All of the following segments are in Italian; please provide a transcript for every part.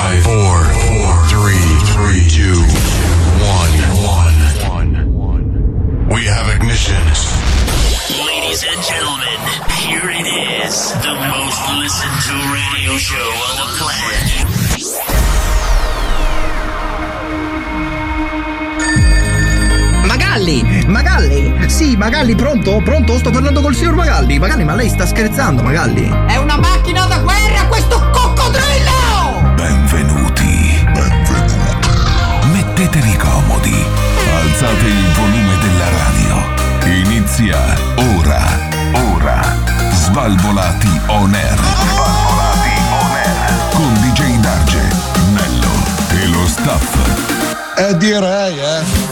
4, 3, 2, 1. We have ignition. Ladies and gentlemen, here it is, the most listened to radio show on the planet. Magalli, sì, Magalli, pronto? Sto parlando col signor Magalli, ma lei sta scherzando, Magalli? È una macchina da guerra questo coccodrillo! Benvenuti. Mettetevi comodi, alzate il volume della radio. Inizia ora. Svalvolati on air. Con DJ Darge, Nello e lo staff. Direi,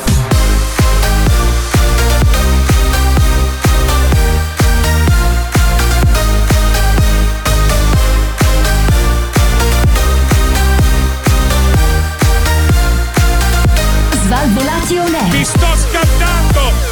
Svalvolati on air. Mi sto scattando!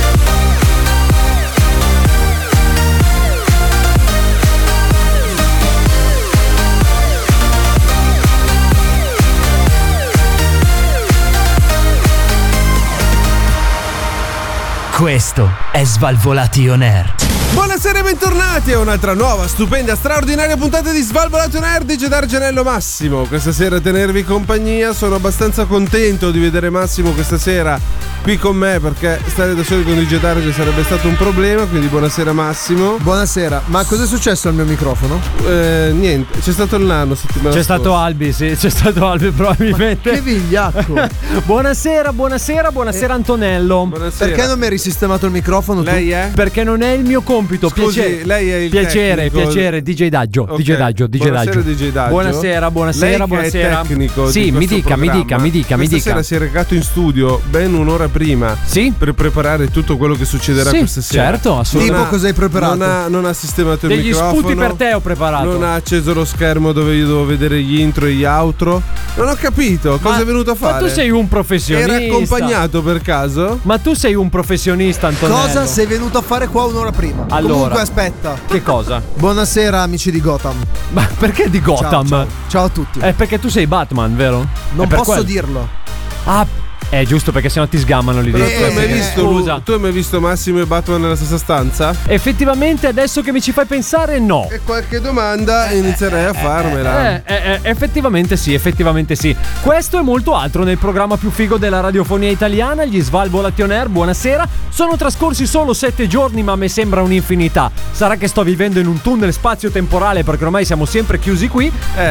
Questo è Svalvolati on air. Buonasera e bentornati a un'altra nuova, stupenda, straordinaria puntata di Svalvolati on air di Dargenello Massimo. Questa sera a tenervi compagnia, sono abbastanza contento di vedere Massimo questa sera qui con me, perché stare da soli con DJ Darge sarebbe stato un problema, quindi buonasera Massimo. Buonasera, ma cos'è successo al mio microfono? Niente, c'è stato il nano settimana scorsa. Stato Albi, sì, c'è stato Albi probabilmente. Ma che vigliacco. buonasera Antonello. Buonasera. Perché non mi hai risistemato il microfono? Lei è? Perché non è il mio compito. Scusi, lei è il piacere, DJ Daggio. Okay. DJ Daggio. DJ Daggio. Buonasera. Lei che è tecnico. Sì, mi dica. Questa sera si è recato in studio ben un'ora prima. Sì. Per preparare tutto quello che succederà questa sera. Certo, assolutamente. Tipo cosa hai preparato? Non ha sistemato il degli microfono. Degli spunti per te ho preparato. Non ha acceso lo schermo dove io devo vedere gli intro e gli outro. Non ho capito cosa è venuto a fare. Ma tu sei un professionista. Era accompagnato per caso? Ma tu sei un professionista, Antonello. Cosa sei venuto a fare qua un'ora prima? Allora. Comunque aspetta. Che cosa? Buonasera amici di Gotham. Ma perché di Gotham? Ciao a tutti. È perché tu sei Batman, vero? Non posso dirlo. Ah, è giusto, perché sennò ti sgammano lì dentro. Tu hai mai visto Massimo e Batman nella stessa stanza? Effettivamente adesso che mi ci fai pensare, no. E qualche domanda inizierei a farmela. Effettivamente sì. Questo e molto altro nel programma più figo della radiofonia italiana, gli Svalvolati on air. Buonasera. Sono trascorsi solo 7 giorni, ma a me sembra un'infinità. Sarà che sto vivendo in un tunnel spazio-temporale, perché ormai siamo sempre chiusi qui.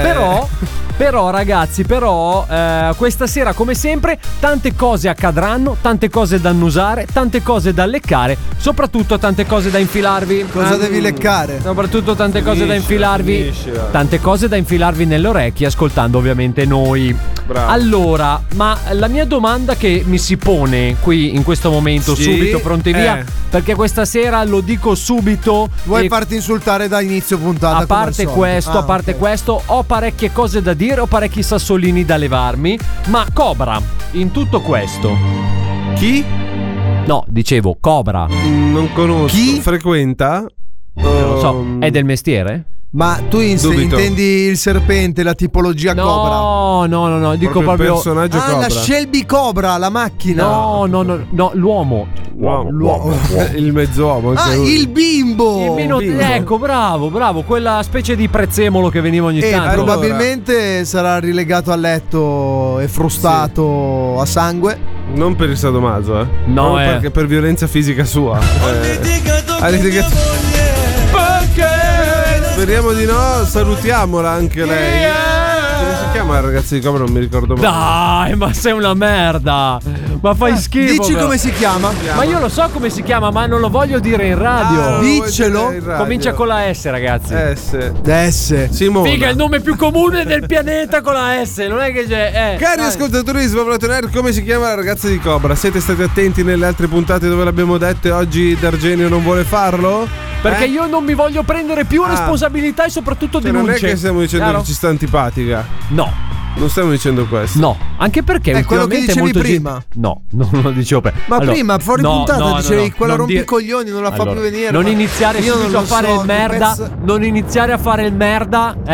Però ragazzi, questa sera come sempre tante cose accadranno, tante cose da annusare, tante cose da leccare, soprattutto tante cose da infilarvi. Cosa devi leccare? Soprattutto tante cose da infilarvi. Tante cose da infilarvi nelle orecchie, ascoltando ovviamente noi. Bravo. Allora, ma la mia domanda che mi si pone qui in questo momento, subito pronti via, perché questa sera lo dico subito. Vuoi farti insultare da inizio puntata? A parte questo, ho parecchie cose da dire, ho parecchi sassolini da levarmi. Ma Cobra, in tutto questo, chi? No, dicevo Cobra. Non conosco. Chi? Frequenta? Non lo so, è del mestiere? Ma tu intendi il serpente, la tipologia Cobra? No, dico proprio il personaggio Cobra. La Shelby Cobra, la macchina. No, l'uomo. Il mezz'uomo. Il bimbo. Ecco, bravo, quella specie di prezzemolo che veniva ogni tanto. Probabilmente sarà rilegato a letto e frustato a sangue. Non per il sadomaso, No, perché per violenza fisica sua. Ha litigato. Speriamo di no, salutiamola anche lei. Come si chiama la ragazza di Cobra? Non mi ricordo mai. Dai, ma sei una merda. Ma fai schifo. Dici come si chiama? Ma io lo so come si chiama, ma non lo voglio dire in radio. Diccelo. Comincia con la S, ragazzi. S. Simona. Figa, il nome più comune del pianeta con la S. Non è che c'è. Cari ascoltatori di Svalvolati on air, come si chiama la ragazza di Cobra? Siete stati attenti nelle altre puntate dove l'abbiamo detto e oggi Dargenio non vuole farlo? Perché io non mi voglio prendere più responsabilità e soprattutto denunce. Non è che stiamo dicendo che ci sta antipatica. No. Non stiamo dicendo questo. No, anche perché è quello che dicevi prima. No, non lo dicevo prima. Ma allora, prima fuori puntata dicevi quella rompicoglioni non la fa più venire. Non iniziare subito a fare il merda. Non iniziare a fare il merda,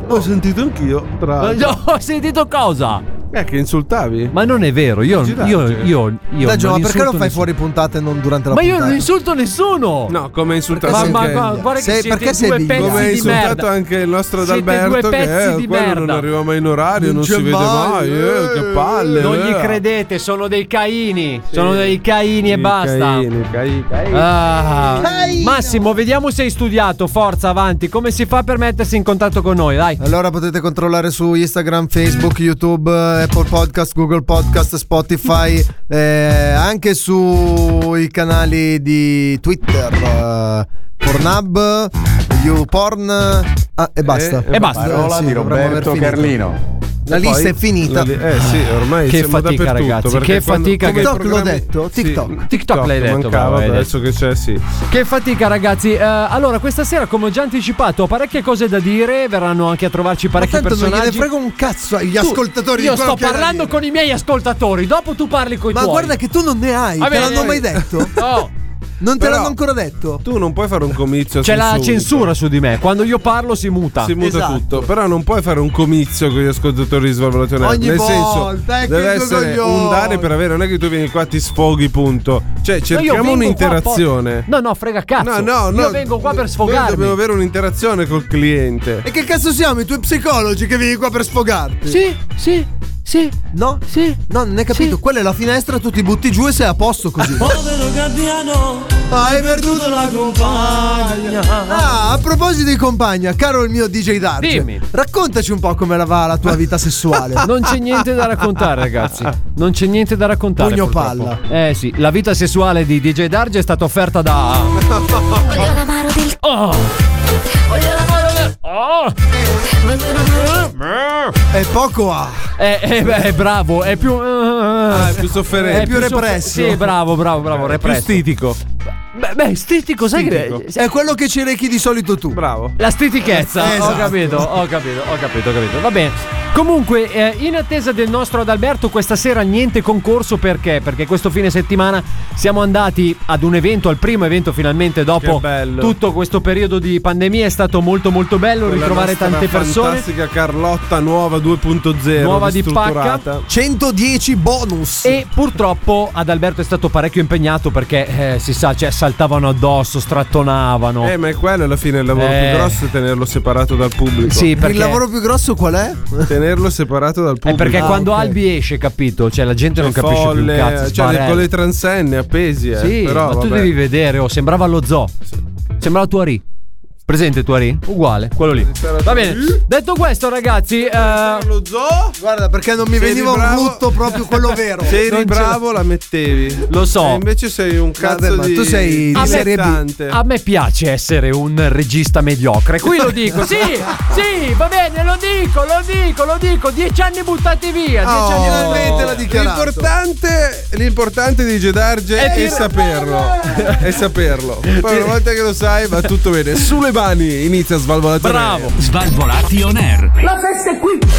Ho sentito anch'io. Ho sentito cosa? Che insultavi? Ma non è vero, io Daggio, non ma perché lo fai nessuno. fuori puntata e non durante la Ma puntata? io non insulto nessuno. No, come insultato Guarda che siete perché sei due vivo? pezzi come hai di insultato merda. anche il nostro Siete Adalberto, due pezzi di quello merda. non arriva mai in orario, non c'è si vede mai, che palle. Non gli credete, sono dei Caini. Sono dei Caini e basta. Caini. Massimo, vediamo se hai studiato. Forza, avanti. Come si fa per mettersi in contatto con noi? Dai. Allora potete controllare su Instagram, Facebook, YouTube, Apple Podcast, Google Podcast, Spotify, anche sui canali di Twitter, Pornhub, YouPorn e basta. E basta. Parola di Roberto Carlino. La lista è finita. Sì, ormai Che siamo fatica, dappertutto, ragazzi, perché che quando- fatica come che- i TikTok l'ho detto, Sì, TikTok l'hai detto, mancava, bravo, hai adesso che c'è, sì. Che fatica, ragazzi. Allora, questa sera, come ho già anticipato, ho parecchie cose da dire. Verranno anche a trovarci Ma parecchi tanto non personaggi. gliene frega un cazzo agli ascoltatori. Io di quello sto che hai da parlando dire. con i miei ascoltatori. Dopo tu parli con i Ma tuoi. guarda che tu non ne hai. Va Te bene, l'hanno mai detto? No. Non te Però- l'hanno ancora detto? Tu non puoi fare un comizio C'è la subito. censura su di me. Quando io parlo si muta. Si muta Esatto. tutto, però non puoi fare un comizio con gli ascoltatori di Svalvolazione. Ogni Nel volta, senso, deve essere un dare per avere, non è che tu vieni qua ti sfoghi, punto. Cioè, No, io cerchiamo vengo un'interazione. qua No, frega cazzo. No, Io vengo qua per Noi sfogarmi. dobbiamo avere un'interazione col cliente. E che cazzo siamo? I tuoi psicologi che vieni qua per sfogarti? Sì. No? Sì. No, non hai capito. Sì. Quella è la finestra, tu ti butti giù e sei a posto così. Povero gabbiano, Hai perduto la compagna. Ah, a proposito di compagna, caro il mio DJ Darge, Dimmi. raccontaci un po' come va la tua vita sessuale. Non c'è niente da raccontare, ragazzi. Non c'è niente da raccontare. Pugno purtroppo. palla. Sì, la vita sessuale di DJ Darge è stata offerta da. Voglio l'amaro del Oh! Voglio l'amaro del Oh! È poco a. Beh, bravo, è più. È più sofferente. È più represso. Sì, bravo, Più represso. stitico. Beh, stitico, sai Stitico. che. È quello che ci rechi di solito tu. Bravo. La stitichezza, Esatto. ho capito. Va bene. Comunque, in attesa del nostro Adalberto, questa sera niente concorso perché? Perché questo fine settimana siamo andati ad un evento, al primo evento finalmente dopo Che bello. tutto questo periodo di pandemia. È stato molto molto bello Quella ritrovare nostra tante persone. fantastica Carlotta nuova 2.0. Nuova di ristrutturata. 110 bonus. E purtroppo Adalberto è stato parecchio impegnato perché si sa, cioè saltavano addosso, strattonavano. Ma è quello alla fine il lavoro più grosso è tenerlo separato dal pubblico. Sì, perché Il lavoro più grosso qual è? Tenerlo separato dal è pubblico. perché quando ok. Albi esce, capito? Cioè la gente non capisce più folle, un cazzo. cioè sbarella. con le transenne appesi, Sì, però ma tu vabbè. devi vedere, sembrava lo zoo. Sembrava Tuari. Presente Tuari? Uguale, quello lì. Va bene. Detto questo, ragazzi, Lo zoo? Guarda, perché non mi Sei veniva un bravo. rutto proprio quello vero. Se eri Non ce bravo la mettevi. lo so. E invece sei un cazzo Vabbè, ma di tu sei di serie B. dilettante. A me piace essere un regista mediocre. Qui lo dico. Sì, va bene, lo dico. 10 anni buttati via. 10 anni finalmente l'ha dichiarato. L'importante di Gedarge è saperlo. È saperlo. Poi una volta che lo sai va tutto bene. Sulle mani inizia a svalvolare. Bravo. Svalvolati on air. La festa è qui.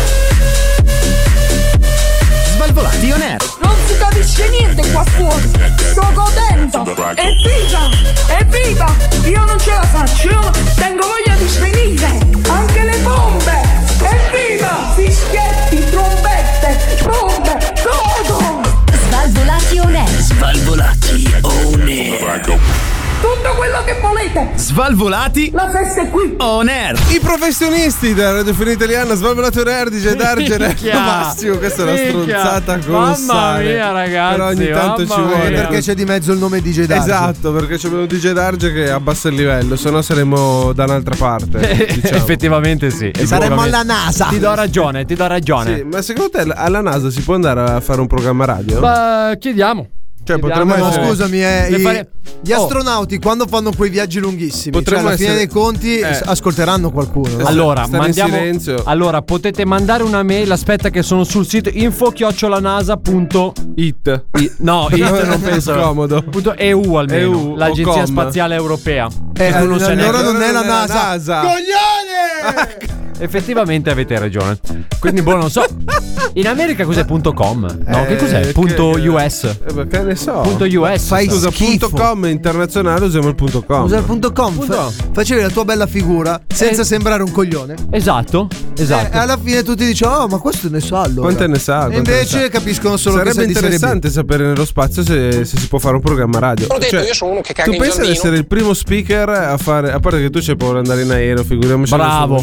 Svalvolati on air. Non si capisce niente qua fuori. Sto godendo. Evviva! Io non ce la faccio. Io tengo voglia di svenire. Anche le bombe. Evviva! Fischietti, trombette, bombe. Godo! Svalvolati on air. Svalvolati on air. Tutto quello che volete. Svalvolati La festa è qui. on air. I professionisti della radiofonia italiana Svalvolato Nerd di Gedarge Minchia. Massimo. Questa è una Minchia. stronzata colossale. Mamma mia, ragazzi, Però ogni tanto ci mamma vuole. mia. Perché c'è di mezzo il nome DJ Darge. Esatto, perché c'è un DJ Darge che abbassa il livello, se no saremmo da un'altra parte. Diciamo. Effettivamente sì. Saremmo Effettivamente. alla NASA. Ti do ragione. Sì, ma secondo te alla NASA si può andare a fare un programma radio? Ma chiediamo. Cioè, Chiediamo. potremmo Ma essere- scusami, gli Oh. astronauti quando fanno quei viaggi lunghissimi, Potremmo cioè alla fine essere- dei conti ascolteranno qualcuno, no? Allora, Stare in mandiamo. silenzio. Allora, potete mandare una mail. Aspetta, che sono sul sito info@nasa.it. No, it non penso. Scomodo. .eu almeno. EU o l'Agenzia com. Spaziale Europea. Che tu non sai allora neanche- non è la NASA. Coglione! Effettivamente avete ragione. Quindi, boh, non so. In America cos'è .com? No, che cos'è? .us. Che ne so. .us. Scusa, .com internazionale, usiamo il .com. Usa il .com. Facevi la tua bella figura senza sembrare un coglione. Esatto. E alla fine tutti dicono: oh, ma questo ne sa allora. Quante ne sa? E invece capiscono solo che sarebbe interessante sapere nello spazio se si può fare un programma radio. Cioè, io sono uno che caga tu in pensi di giardino. essere il primo speaker a fare, a parte che tu c'hai paura di andare in aereo, figuriamoci. Bravo.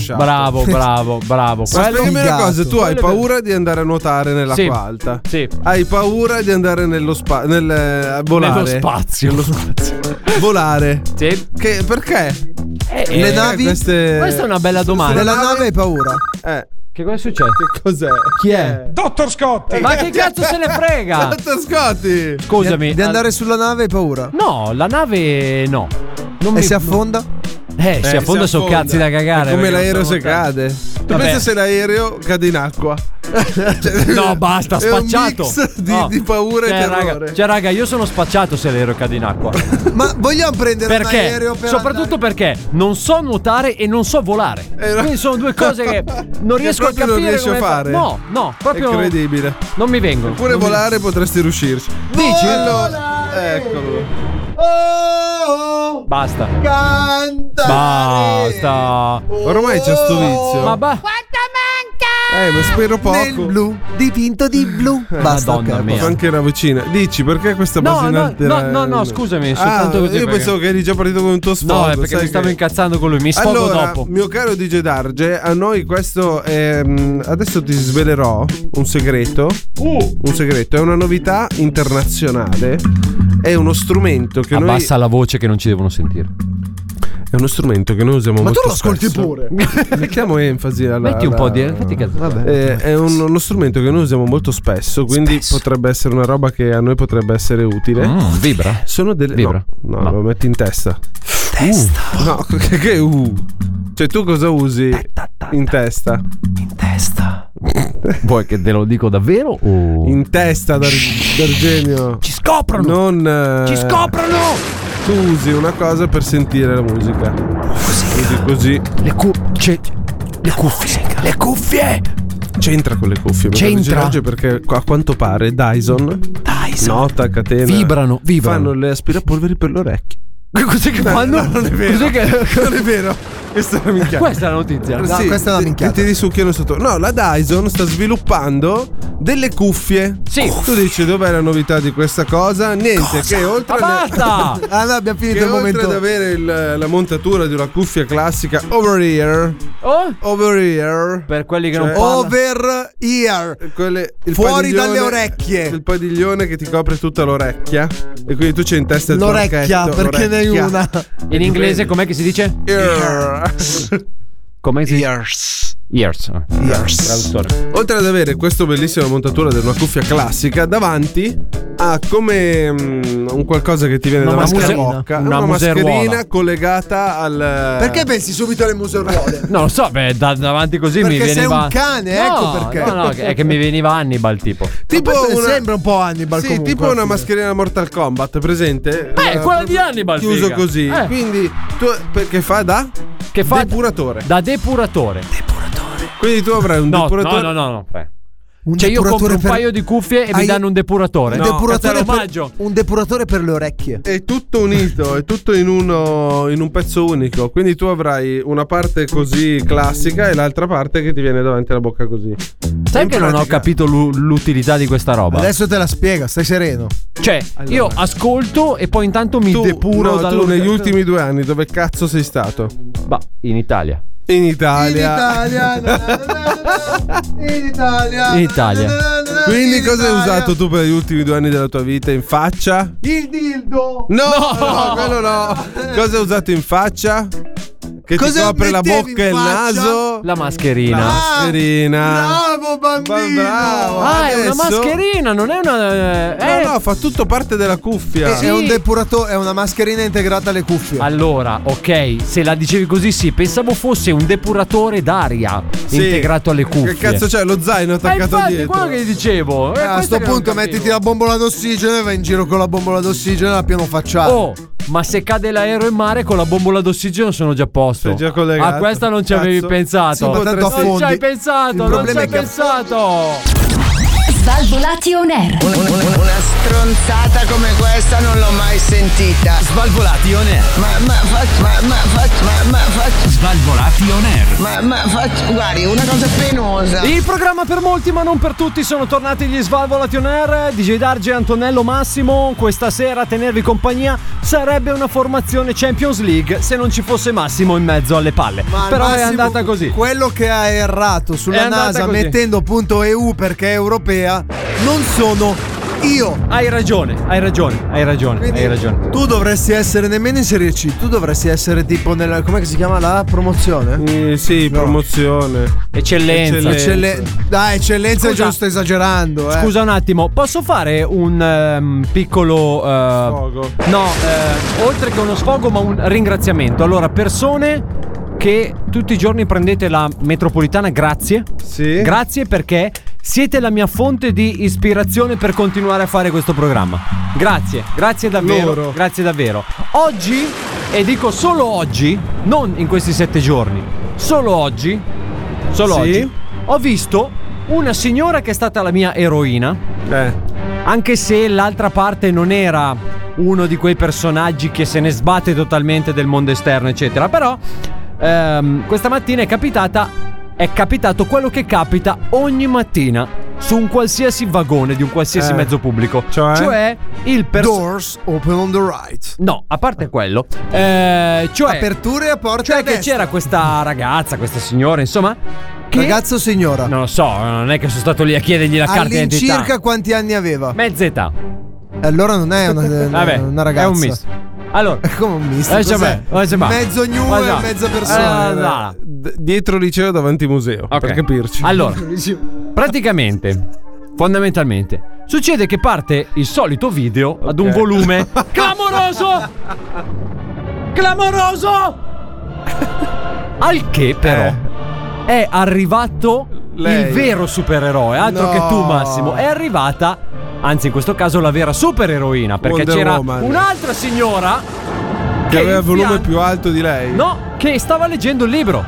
Ma spiegami una cosa, tu hai paura di andare a nuotare nell'acqua alta. Sì. Hai paura di andare volare. Nello spazio. Volare. Sì. Perché? Le navi? Questa è una bella domanda. Nella nave hai paura? Che cosa è successo? Che cos'è? Chi è? Dottor Scotti. Ma che cazzo se ne frega? Dottor Scotti. Scusami. Di andare sulla nave hai paura? No, la nave no. Si affonda? Si affonda su cazzi da cagare. È come l'aereo se cade. Tu pensa se l'aereo cade in acqua? No, basta, spacciato. È un mix di paura e terrore. Raga, io sono spacciato se l'aereo cade in acqua. Ma vogliamo prendere un aereo per soprattutto perché non so nuotare e non so volare. Quindi sono due cose che non riesco a capire. Non riesci a fare. No, proprio incredibile. Non mi vengono. Eppure volare potresti riuscirci. Dici? Eccolo. Basta. Canta. Basta. Ormai c'è sto vizio. Ma ma spero poco. Nel blu, dipinto di blu. Basta. Madonna mia. Anche una vicina. Dici perché questa base in altera? No, scusami, soltanto così. Io pensavo che eri già partito con un tuo sfogo. No, è perché mi stavo incazzando con lui. Mi sfogo dopo. Mio caro DJ Darge, a noi questo è. Adesso ti svelerò un segreto. Un segreto, è una novità internazionale. È uno strumento che Abbassa la voce che non ci devono sentire. È uno strumento che noi usiamo molto spesso. Ma tu lo ascolti pure. Mettiamo enfasi alla. Metti un po' di. È uno strumento che noi usiamo molto spesso, quindi potrebbe essere una roba che a noi potrebbe essere utile. Vibra? Sono delle. Vibra? No, lo metti in testa. No, che Cioè, tu cosa usi in testa? In testa. Vuoi che te lo dico davvero? O... In testa, D'Argenio. Ci scoprono! Ci scoprono! Tu usi una cosa per sentire la musica. Così. Le cuffie. Le cuffie! C'entra con le cuffie. C'entra perché a quanto pare Dyson. Nota, catena. Vibrano. Fanno le aspirapolveri per le orecchie. Cos'è che fanno? Non è vero. Non è vero. Questa è una minchiata. Questa è la notizia. No, questa è una minchiata. Che ti risucchiano sotto. No, la Dyson sta sviluppando delle cuffie. Sì. Tu dici dov'è la novità di questa cosa? Niente, che oltre basta! No, abbiamo finito il momento. Oltre ad avere la montatura di una cuffia classica over ear. Over ear. Per quelli che non parlano. Over ear. Fuori dalle orecchie. Il padiglione che ti copre tutta l'orecchia. E quindi tu c'hai in testa il l'orecchia, perché ne hai una. In inglese com'è che si dice? Ear. Come si dice? Ears. Oltre ad avere questa bellissima montatura di una cuffia classica, davanti ha come un qualcosa che ti viene dalla bocca, una mascherina collegata al. Perché pensi subito alle museruole? Non lo so, davanti così perché mi veniva. Sei un cane, ecco perché. No, è che mi veniva Hannibal tipo. Tipo sembra un po' Hannibal. Sì, comunque, tipo una mascherina Mortal Kombat, presente? Quella di Hannibal. Chiuso così. Quindi tu che fa da? Che fa depuratore. Da depuratore. Quindi tu avrai un depuratore. No. Cioè io compro un paio di cuffie e mi danno un depuratore. Un depuratore per le orecchie. È tutto unito, è tutto in un pezzo unico. Quindi tu avrai una parte così classica e l'altra parte che ti viene davanti alla bocca così. Sai che non ho capito l'utilità di questa roba? Adesso te la spiega, stai sereno. Cioè, io ascolto e poi intanto mi depuro tu negli ultimi 2 anni dove cazzo sei stato? Bah, in Italia. In Italia. Quindi cosa hai usato tu per gli ultimi 2 anni della tua vita? In faccia? Il dildo. No, quello no. Cosa hai usato in faccia? Che ti copre la bocca e il naso? La mascherina. Bravo bambino. Bravo. È una mascherina, non è una. No, fa tutto parte della cuffia. È un depuratore, è una mascherina integrata alle cuffie. Allora, ok, se la dicevi così sì, pensavo fosse un depuratore d'aria integrato alle cuffie. Che cazzo c'è? Lo zaino attaccato infatti, dietro. Quello che dicevo. A sto punto mettiti la bombola d'ossigeno e vai in giro con la bombola d'ossigeno a pieno facciale. Oh, ma se cade l'aereo in mare con la bombola d'ossigeno sono già a posto. Sei già collegato. A questa non ci avevi pensato. Sì, non ci hai pensato, non ci hai pensato. Svalvolati on air. Una stronzata come questa non l'ho mai sentita. Svalvolati on air. Svalvolati on air. Guardi, una cosa penosa. Il programma per molti ma non per tutti, sono tornati gli Svalvolati on air. DJ Darge e Antonello Massimo. Questa sera a tenervi compagnia sarebbe una formazione Champions League se non ci fosse Massimo in mezzo alle palle. Ma però Massimo, è andata così. Quello che ha errato sulla NASA mettendo appunto EU perché è europea non sono io. Hai ragione. Quindi tu dovresti essere nemmeno in Serie C, tu dovresti essere tipo nella, com'è che si chiama la promozione? Sì, no. Promozione. Eccellenza. Eccellenza già sto esagerando. Scusa un attimo, posso fare un piccolo sfogo? No, oltre che uno sfogo, ma un ringraziamento. Allora, persone che tutti i giorni prendete la metropolitana, grazie. Sì. Grazie perché siete la mia fonte di ispirazione per continuare a fare questo programma. Grazie davvero. Loro. Grazie davvero. Oggi, e dico solo oggi, non in questi 7 giorni, solo oggi, ho visto una signora che è stata la mia eroina. Anche se l'altra parte non era uno di quei personaggi che se ne sbatte totalmente del mondo esterno, eccetera. Però questa mattina è capitato quello che capita ogni mattina su un qualsiasi vagone di un qualsiasi mezzo pubblico, cioè il doors open on the right. No, a parte quello, cioè aperture a porte cioè a che destra. C'era questa ragazza, questa signora, insomma, che, ragazzo o signora? Non lo so, non è che sono stato lì a chiedergli la carta d'identità. All'incirca quanti anni aveva? Mezza età. Allora non è una ragazza. È un misto. Allora, come un misto? Mezzo new e mezza persona. Dietro liceo, davanti museo, per capirci. Allora, praticamente, fondamentalmente, succede che parte il solito video ad un volume clamoroso. Al che però è arrivato il vero supereroe, altro che tu, Massimo. È arrivata, anzi in questo caso la vera supereroina, perché Wonder c'era Woman. un'altra signora che aveva il volume più alto di lei. No, che stava leggendo il libro.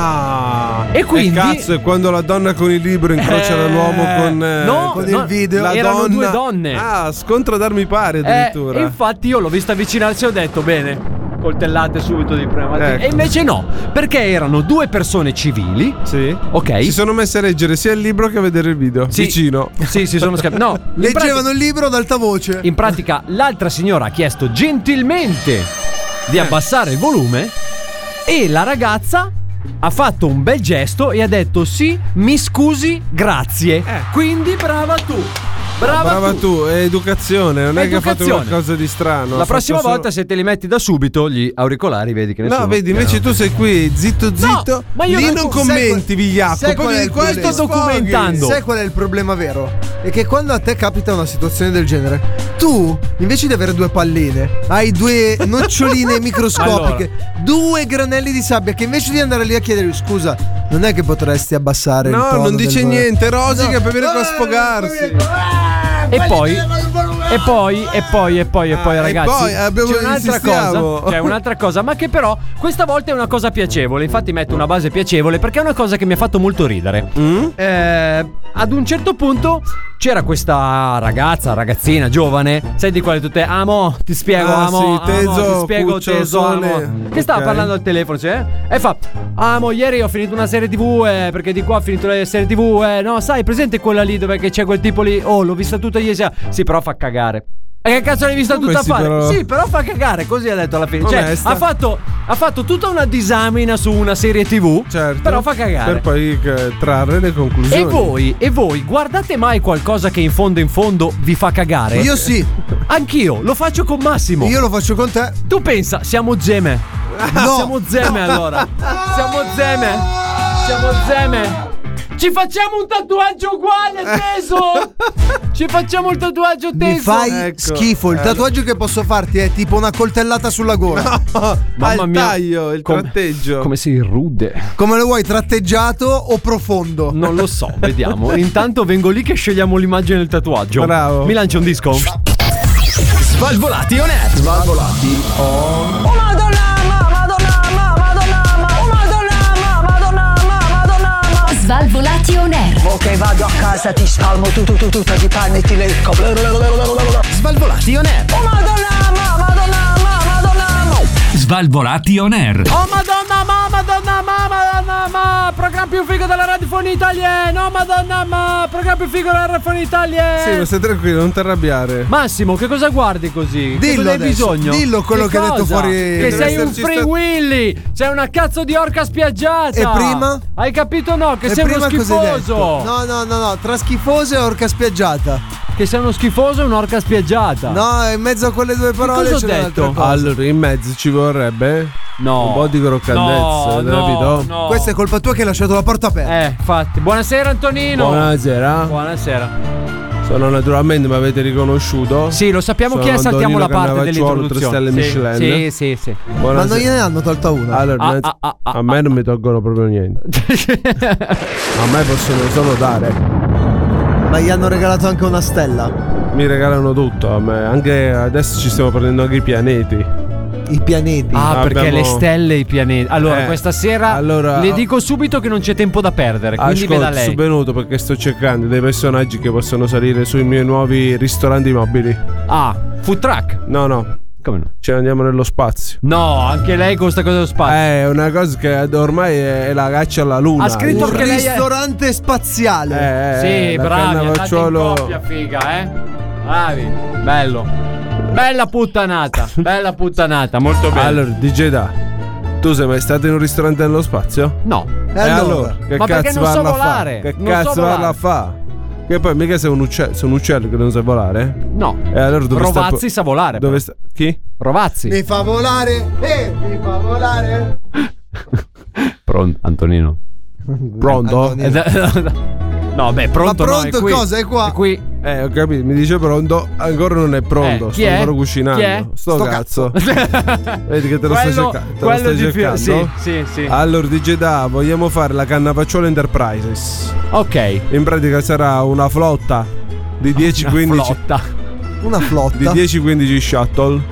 E quindi cazzo, è quando la donna con il libro incrocia l'uomo con il video. Erano due donne. Scontro ad armi pari addirittura. E infatti io l'ho vista avvicinarsi e ho detto bene, coltellate subito di prima mattina. E invece no, perché erano due persone civili. Sì. Ok. Si sono messi a leggere sia il libro che a vedere il video. Sì. Vicino. Sì, si sono scambiati. No, leggevano il libro ad alta voce. In pratica l'altra signora ha chiesto gentilmente di abbassare il volume e la ragazza ha fatto un bel gesto e ha detto sì, mi scusi, grazie. Quindi brava tu. Brava tu, è educazione, non è che ha fatto qualcosa di strano. La prossima volta se te li metti da subito gli auricolari, vedi che nessuno. No, vedi, invece tu sei qui zitto. Ma io lì non commenti, vigliacco. Poi qua sto documentando. Sai qual è il problema vero? È che quando a te capita una situazione del genere, tu invece di avere due palline, hai due noccioline microscopiche, due granelli di sabbia, che invece di andare lì a chiedere scusa, non è che potresti abbassare il tono? No, non dice niente, rosica per venire qua a sfogarsi. E poi ragazzi, c'è un'altra cosa, ma che però questa volta è una cosa piacevole. Infatti metto una base piacevole perché è una cosa che mi ha fatto molto ridere. Ad un certo punto c'era questa ragazzina giovane, sai di quale tutte ti spiego, teso, amo, che stava parlando al telefono, e fa: amo, ieri ho finito una serie TV, perché di qua ho finito la serie TV, no, sai, presente quella lì dove c'è quel tipo lì? Oh, l'ho vista tutta ieri sera. Sì, però fa cagare. E che cazzo l'hai vista tutta a fare? Però... Sì, però fa cagare, così ha detto alla fine. Cioè, ha fatto tutta una disamina su una serie TV, certo, però fa cagare. Per poi trarre le conclusioni. E voi guardate mai qualcosa che in fondo vi fa cagare? Io sì. Anch'io, lo faccio con Massimo. Io lo faccio con te. Tu pensa, siamo zeme. No. Siamo zeme allora. Siamo zeme. Ci facciamo un tatuaggio uguale, teso. Ci facciamo il tatuaggio teso. Mi fai schifo. Il tatuaggio che posso farti è tipo una coltellata sulla gola. No, mamma mia. Taglio, il tratteggio. Come sei rude. Come lo vuoi, tratteggiato o profondo? Non lo so, vediamo. Intanto vengo lì che scegliamo l'immagine del tatuaggio. Bravo. Mi lancio un disco. Svalvolati on air. Svalvolati on. Oh Madonna. Svalvolati on air. che vado a casa, ti spalmo tutto di panni e ti lecco. Svalvolati on air. Oh Madonna! Svalvolati on air. Oh Madonna, programma più figo della radiofonia italiana. Oh Madonna, programma più figo della radiofonia italiana. Sì, ma stai tranquillo, non ti arrabbiare. Massimo, che cosa guardi così? Dillo cosa hai bisogno? Dillo quello che ha detto fuori. Che sei un free Willy. Sei una cazzo di orca spiaggiata. E prima? Hai capito no? Che E sei uno prima cosa hai detto? schifoso. No, tra schifoso e orca spiaggiata. Che sei uno schifoso e un'orca spiaggiata. No, in mezzo a quelle due parole cosa ho c'è detto? un'altra cosa. Allora, in mezzo ci vorrebbe un po' di croccantezza, capito? No. Questa è colpa tua che hai lasciato la porta aperta. Infatti. Buonasera Antonino. Buonasera. Sono naturalmente, mi avete riconosciuto. Sì, lo sappiamo chi è, saltiamo la parte dell'introduzione. 3 stelle Michelin. Sì. Ma non gliene hanno tolta una. Allora, a me non mi tolgono proprio niente. A me possono solo dare. Ma gli hanno regalato anche una stella. Mi regalano tutto a me. Anche adesso ci stiamo prendendo anche i pianeti. I pianeti. Perché le stelle e i pianeti. Allora, questa sera le dico subito che non c'è tempo da perdere. Quindi veda lei. Sono venuto perché sto cercando dei personaggi che possono salire sui miei nuovi ristoranti mobili. Food truck? No. Come no? Ce ne andiamo nello spazio. No, anche lei con questa cosa dello spazio. È una cosa che ormai è la caccia alla luna. Ha scritto un che lei ristorante spaziale. Sì, bravi, andate in coppia, figa, bravi, bello. Bella puttanata, molto bene. Allora, DJ Da, tu sei mai stato in un ristorante nello spazio? No. E allora? Che Ma perché cazzo non so parla a fa? volare? Che Non cazzo so parla volare. a fa? Che poi mica sei un uccello che non sa volare? No. E allora dove Rovazzi sa volare. Dove sta? Chi? Rovazzi. Mi fa volare. Mi fa volare. Pronto, Antonino. Pronto? No, beh, pronto. Ma pronto no, è qui. cosa? È qua. È qui. Ho capito, mi dice pronto, ancora non è pronto, Chi sto è? ancora cucinando. Chi è? Sto cazzo. Vedi che te lo Quello- stai cercando. quello di più- sì. Allora, DJ Da, vogliamo fare la Cannavacciuola Enterprises. Ok. In pratica sarà una flotta di 10-15 Una flotta. di 10-15 shuttle.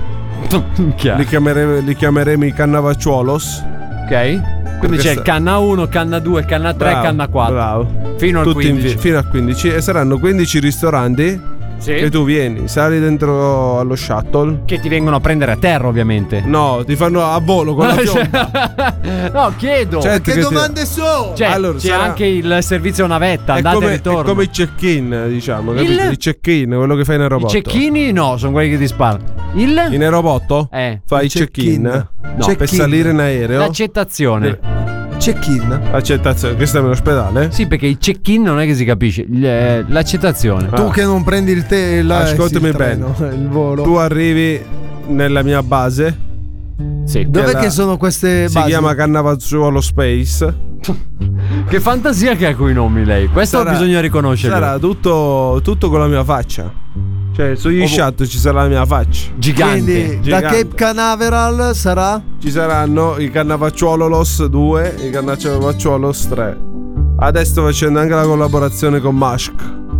Li chiameremo i Cannavacciuolos. Ok. Quindi Perché c'è canna 1, canna 2, canna 3, Bravo, canna 4. Bravo. Fino al Tutti 15. fino a 15. E saranno 15 ristoranti. Sì. Che tu vieni, sali dentro allo shuttle. Che ti vengono a prendere a terra, ovviamente. No, ti fanno a volo con la piomba. No, chiedo. Certo Che domande sono? Cioè, allora, c'è sarà- anche il servizio navetta, andate e È ritorno. come il check-in, diciamo. Il- capito? Il check-in, quello che fai in I aeroporto. cecchini no, sono quelli che ti sparano. Il In aeroporto? Fai il check-in. No. Per salire in aereo. L'accettazione. Check-in. Accettazione. Che stai in ospedale? Sì, perché il check-in non è che si capisce. L'accettazione. Tu che non prendi il Ascoltami il treno, il volo. Tu arrivi nella mia base. Sì. Dov'è che sono queste Si basi? chiama Cannavacciuolo Space. Che fantasia che ha coi nomi lei. Questo bisogna riconoscerlo. Sarà tutto con la mia faccia. Cioè, sugli shuttle ci sarà la mia faccia. Gigante. Da Cape Canaveral sarà? Ci saranno i Cannavacciuolos 2 e i Cannavacciuolos 3. Adesso sto facendo anche la collaborazione con Musk.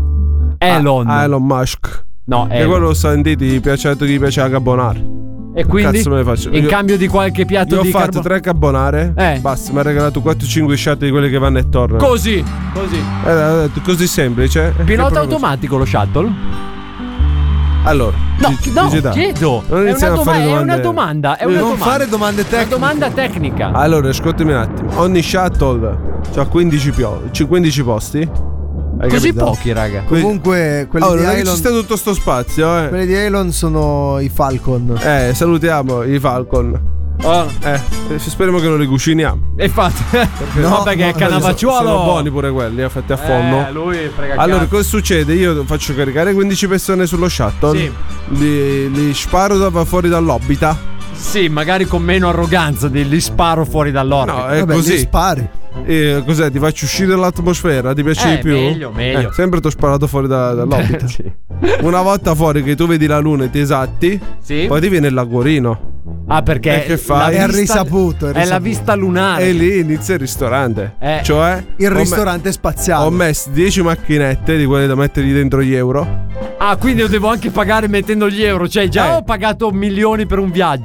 Elon Musk. No, che quello l'ho sentito, gli piace la carbonara. E quindi Cazzo me ne faccio? in cambio di qualche piatto Io ho di fatto 3 carbonare. Basta, mi ha regalato 4-5 shot di quelli che vanno e tornano. Così. Così semplice. Pilota automatico lo shuttle? Allora, No, chiedo. Non È iniziamo a fare una domande. domanda. È una Non domanda. fare domande tecniche. Una domanda tecnica. Allora, ascoltami un attimo. Ogni shuttle c'ha 15 posti. Hai Così capito? pochi, raga. Comunque quelli Allora, di non è che Elon ci sta tutto sto spazio, Quelli di Elon sono i Falcon. Salutiamo i Falcon. Speriamo che non li cuciniamo. E infatti. No, perché è Cannavacciuolo. Sono buoni pure quelli, fatti a forno. Lui frega Allora, cazzo. cosa succede? Io faccio caricare 15 persone sullo shuttle. Sì. Li sparo fuori dall'orbita. Sì, magari con meno arroganza li sparo fuori dall'orbita. No, è così. Li spari. Cos'è? Ti faccio uscire dall'atmosfera? Ti piace di più? Meglio. Sempre ti ho sparato fuori dall'orbita. Sì. Una volta fuori che tu vedi la luna e ti esatti, Sì. poi ti viene il laguorino. Ah, perché E che fai? È risaputo. È la vista lunare. E lì inizia il ristorante. Cioè, Il ristorante spaziale. ho messo 10 macchinette di quelle da mettergli dentro gli euro. Ah, quindi io devo anche pagare mettendo gli euro. Cioè, già ho pagato milioni per un viaggio.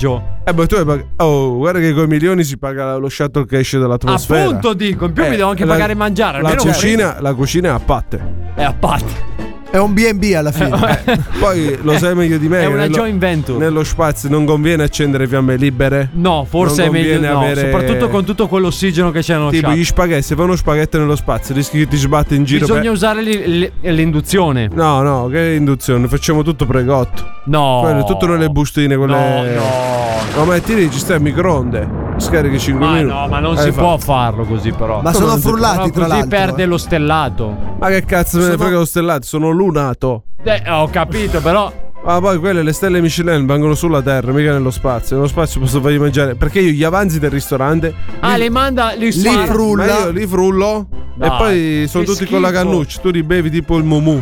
Ma tu guarda che con i milioni si paga lo shuttle che esce dall'atmosfera. Appunto dico, in più mi devo anche pagare e mangiare. La cucina è a patte. È a patte. È un B&B alla fine. Poi lo sai meglio di me. È una joint venture. Nello spazio non conviene accendere fiamme libere. No, forse è meglio avere... soprattutto con tutto quell'ossigeno che c'è nello tipo shuttle. gli spaghetti, se fa uno spaghetto nello spazio rischi che ti sbatte in giro. Bisogna usare l'induzione. No, che induzione? Facciamo tutto pregotto. No. Quello, tutto nelle bustine, quelle. No, metti lì, ci stai al microonde. Scarichi 5 minuti. No, ma non si può farlo così, però. Ma sono frullati, tra l'altro. Così perde lo stellato. Ma che cazzo me ne frega lo stellato? Sono lunato. Ho capito, però. Ma poi quelle, le stelle Michelin, vengono sulla terra, mica nello spazio. Nello spazio posso fargli mangiare. Perché io gli avanzi del ristorante. Le manda, li frulla. Ma io li frullo. Dai, e poi sono tutti con la cannuccia. Tu li bevi tipo il mumu.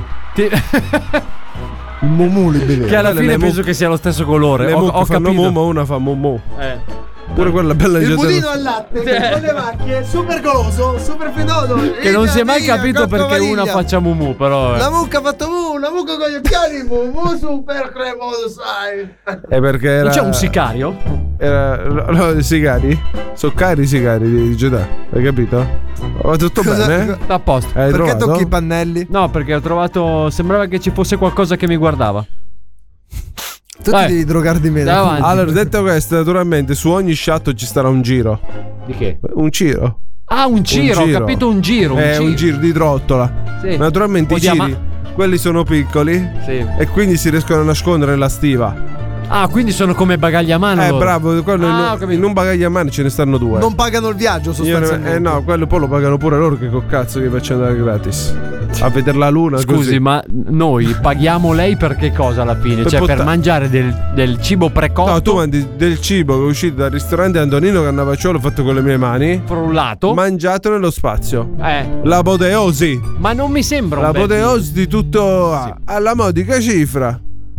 Il mumu li bevi. Che alla fine penso che sia lo stesso colore. Le ho fanno capito. mumu, una fa mumu. Pure quella bella il budino al latte con le macchie, super goloso, super finoso. Che non si è mai capito perché una faccia mumu, però. La mucca ha fatto mumu, la mucca con gli occhiali, mumu super cremoso, sai. È perché era... Non c'è un sicario? No, i sicari? Sono cari i sicari di Jeddah, hai capito? Va tutto bene? A posto. Hai perché trovato? tocchi i pannelli? No, perché ho trovato. Sembrava che ci fosse qualcosa che mi guardava. Tu ti devi drogare di meno. Allora, detto questo, naturalmente su ogni shuttle ci sarà un giro. Di che? Un giro. Ah, un giro, ho capito, un giro. Un giro di trottola. Sì. Naturalmente i giri, quelli sono piccoli. Sì. E quindi si riescono a nascondere nella stiva. Ah, quindi sono come bagagli a mano. Loro. Bravo, quello in un bagaglio a mano ce ne stanno 2. Non pagano il viaggio sostanzialmente. No, quello poi lo pagano pure loro, che col cazzo che faccio andare gratis. A vedere la luna. Scusi, così. ma noi paghiamo lei per che cosa alla fine? Per mangiare del cibo precotto? No, tu mandi del cibo che è uscito dal ristorante Antonino Cannavacciuolo fatto con le mie mani. Frullato. Mangiato nello spazio. L'apoteosi. Ma non mi sembra un l'apoteosi di tutto alla modica cifra.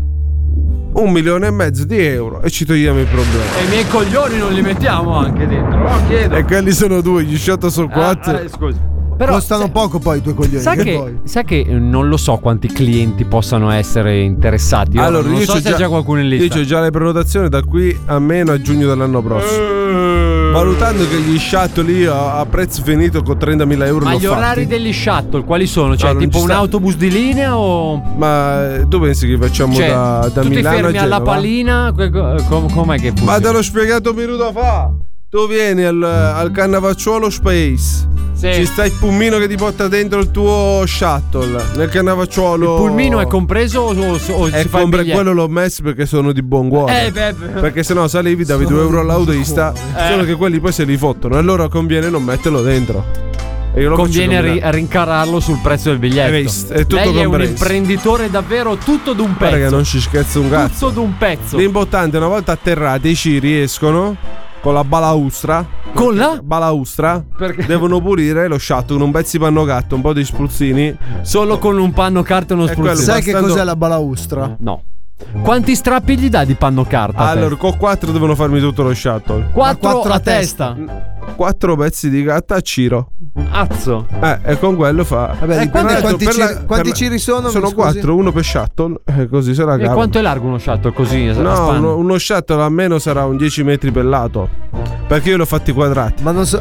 1,5 milioni di euro e ci togliamo il problema. E i miei coglioni non li mettiamo anche dentro? No, chiedo. E quelli sono 2, gli shot sono 4. Scusi. Però costano poco poi i tuoi coglioni. Sai che non lo so quanti clienti possano essere interessati. Allora, non so se c'è già qualcuno in lista. Io c'ho già le prenotazioni da qui a meno a giugno dell'anno prossimo. Valutando che gli shuttle io a prezzo finito con 30.000 euro. Ma gli orari degli shuttle quali sono? Cioè, tipo un autobus di linea o. Ma tu pensi che facciamo da tu Milano ti fermi alla Palina? Com'è che funziona? Ma te l'ho spiegato un minuto fa. Tu vieni al Cannavacciuolo Space. Ci sta il pulmino che ti porta dentro il tuo shuttle. Nel Cannavacciuolo. Il pulmino è compreso o si fa il biglietto? Quello l'ho messo perché sono di buon cuore. Perché sennò salivi, davi 2 euro all'autista. Solo che quelli poi se li fottono. E allora conviene non metterlo dentro. Conviene rincararlo sul prezzo del biglietto. È tutto Lei è compreso. un imprenditore davvero tutto d'un pezzo. Guarda che non ci scherzo un cazzo. Tutto d'un pezzo. L'importante, una volta atterrati, i ciri escono con la balaustra. Con la balaustra? Perché? Devono pulire lo shuttle con un pezzo di panno gatto, un po' di spruzzini. Solo con un panno carta e uno spruzzino. Sai che cos'è la balaustra? No. Quanti strappi gli dà di panno carta? Allora, con 4 devono farmi tutto lo shuttle. 4 a testa. 4 pezzi di gatta a Ciro. Azzo. E con quello fa. Vabbè, quanti ciri sono? Sono 4, uno per shuttle. Così se la cava. E quanto è largo uno shuttle così? No, uno shuttle almeno sarà un 10 metri per lato. Perché io li ho fatti quadrati. Ma non so.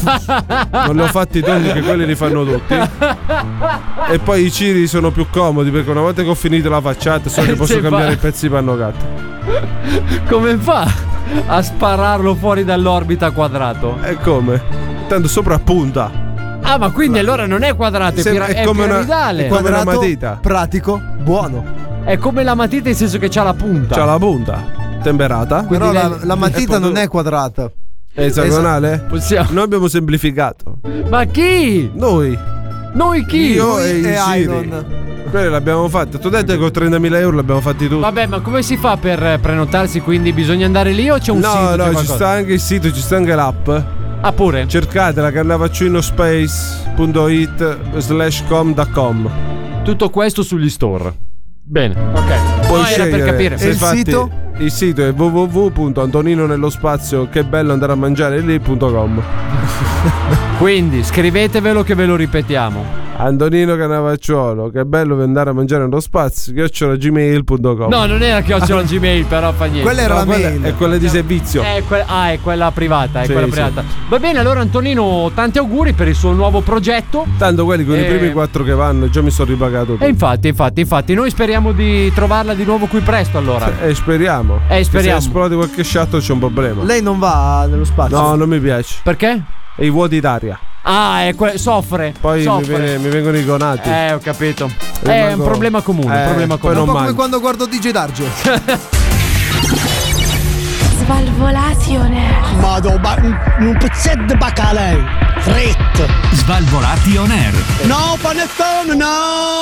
Non li ho fatti tondi, che quelli li fanno tutti. E poi i ciri sono più comodi perché una volta che ho finito la facciata so che posso cambiare i pezzi di panno gatto. Come fa a spararlo fuori dall'orbita quadrato? E come? Tanto sopra punta. Ah, ma quindi allora non è quadrato, è come piramidale. È come una matita. Pratico, buono. È come la matita nel senso che c'ha la punta. C'ha la punta temperata. Però la matita non è quadrata. È esagonale? Noi abbiamo semplificato. Ma chi? Noi chi? Io e Iron. Quello l'abbiamo fatto. Tu hai detto che con 30.000 euro l'abbiamo fatti tutti. Vabbè, ma come si fa per prenotarsi? Quindi bisogna andare lì o c'è un sito? No, ci sta anche il sito, ci sta anche l'app. Ah, pure? Cercatela, cannavacciuinospace.it/com.com. Tutto questo sugli store. Bene, ok. Puoi era per capire. E il sito? Il sito è www.antoninonellospazio che bello andare a mangiare lì.com. Quindi scrivetevelo che ve lo ripetiamo. Antonino Canavacciuolo, che bello andare a mangiare nello spazio, @gmail.com. No, non era @gmail, però fa niente. Quella era la mail. È quella di servizio. È quella privata, Sì, quella sì. privata. Va bene, allora Antonino, tanti auguri per il suo nuovo progetto. Tanto quelli con i primi 4 che vanno, già mi sono ripagato tutto. E infatti, noi speriamo di trovarla di nuovo qui presto allora. Speriamo. Speriamo. Se esplode qualche shuttle c'è un problema. Lei non va nello spazio? No, non mi piace. Perché? E i vuoti d'aria. Soffre. Poi soffre. mi vengono i gonati. Ho capito. È un problema comune. poi non Un po' come mangio. quando guardo DJ Darge. Svalvolazione. Un pezzetto di bacalei. Fritto. Svalvolati on air. No, panettone, no.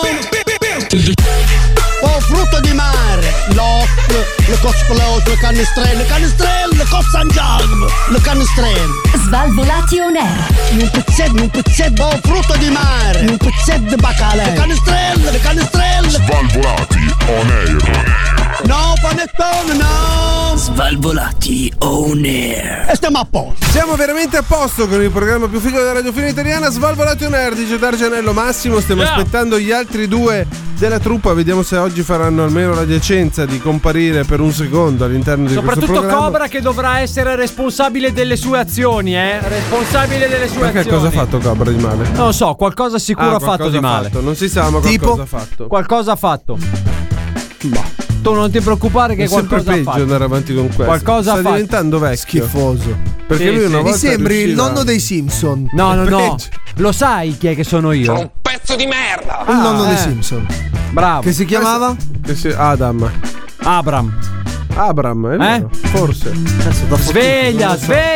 Oh, frutto di mare. Le cosplose, le canestrelle, le cossangialm, le canestrelle. Svalvolati on air. Un pezzetto, oh, frutto di mare. Un pezzetto di bacalei. Le canestrelle. Svalvolati on air. No, panettone, no. Svalvolati on air. E stiamo a posto. Siamo veramente a posto con il programma più figo della radiofonia italiana, Svalvolati on air di Dargianello Massimo. Stiamo aspettando gli altri due della truppa. Vediamo se oggi faranno almeno la decenza di comparire per un secondo all'interno di questo Soprattutto programma. Cobra, che dovrà essere responsabile delle sue azioni, responsabile delle sue Perché azioni. cosa ha fatto Cobra di male? Non lo so, qualcosa sicuro ha fatto di male. Non si sa, ma Tipo? qualcosa ha fatto. Qualcosa ha fatto. Tu non ti preoccupare che È sempre qualcosa ha peggio fatto. andare avanti con questo. Qualcosa sta ha fatto. diventando vecchio. Schifoso. Perché Sì, lui una sì. volta Mi sembri il riusciva- nonno dei Simpson. No. Peggio. Lo sai chi è che sono io? Pezzo di merda. Il nonno dei Simpson. Bravo. Che si chiamava? Adam. Abram. È vero? Forse. Sveglia.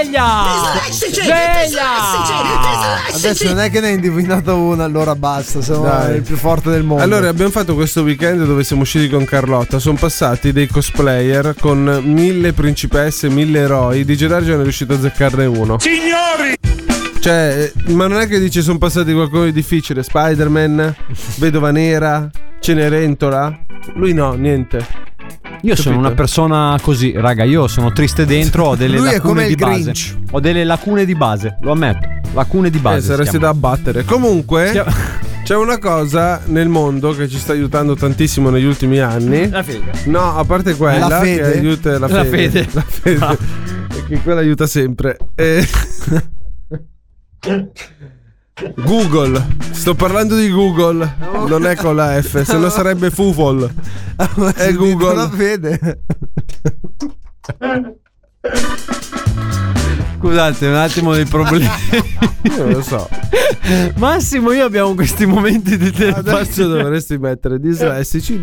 Adesso non è che ne hai indovinato una, allora basta. Sono Dai. il più forte del mondo. Allora, abbiamo fatto questo weekend dove siamo usciti con Carlotta. Sono passati dei cosplayer con 1000 principesse, 1000 eroi. DJ Darge non è riuscito a azzeccarne uno. Signori! Cioè, ma non è che dice sono passati qualcuno di difficile. Spider-Man, Vedova Nera, Cenerentola. Lui no, niente. Io sono Capito? una persona così, raga. Io sono triste dentro. Ho delle Lui è lacune come di il base. Grinch. Ho delle lacune di base, lo ammetto. Lacune di base. si Saresti da chiama. abbattere. Comunque, Si chiama- c'è una cosa nel mondo che ci sta aiutando tantissimo negli ultimi anni. La figa. No, a parte quella La che fede? aiuta la La fede. fede. La fede. Ah. Che quella aiuta sempre. Google. Sto parlando di Google. Non è con la F, se no sarebbe Fufol. È Google. La vede. Scusate, un attimo dei problemi. Io non lo so. Massimo, io abbiamo questi momenti di Adesso dovresti mettere dislessici.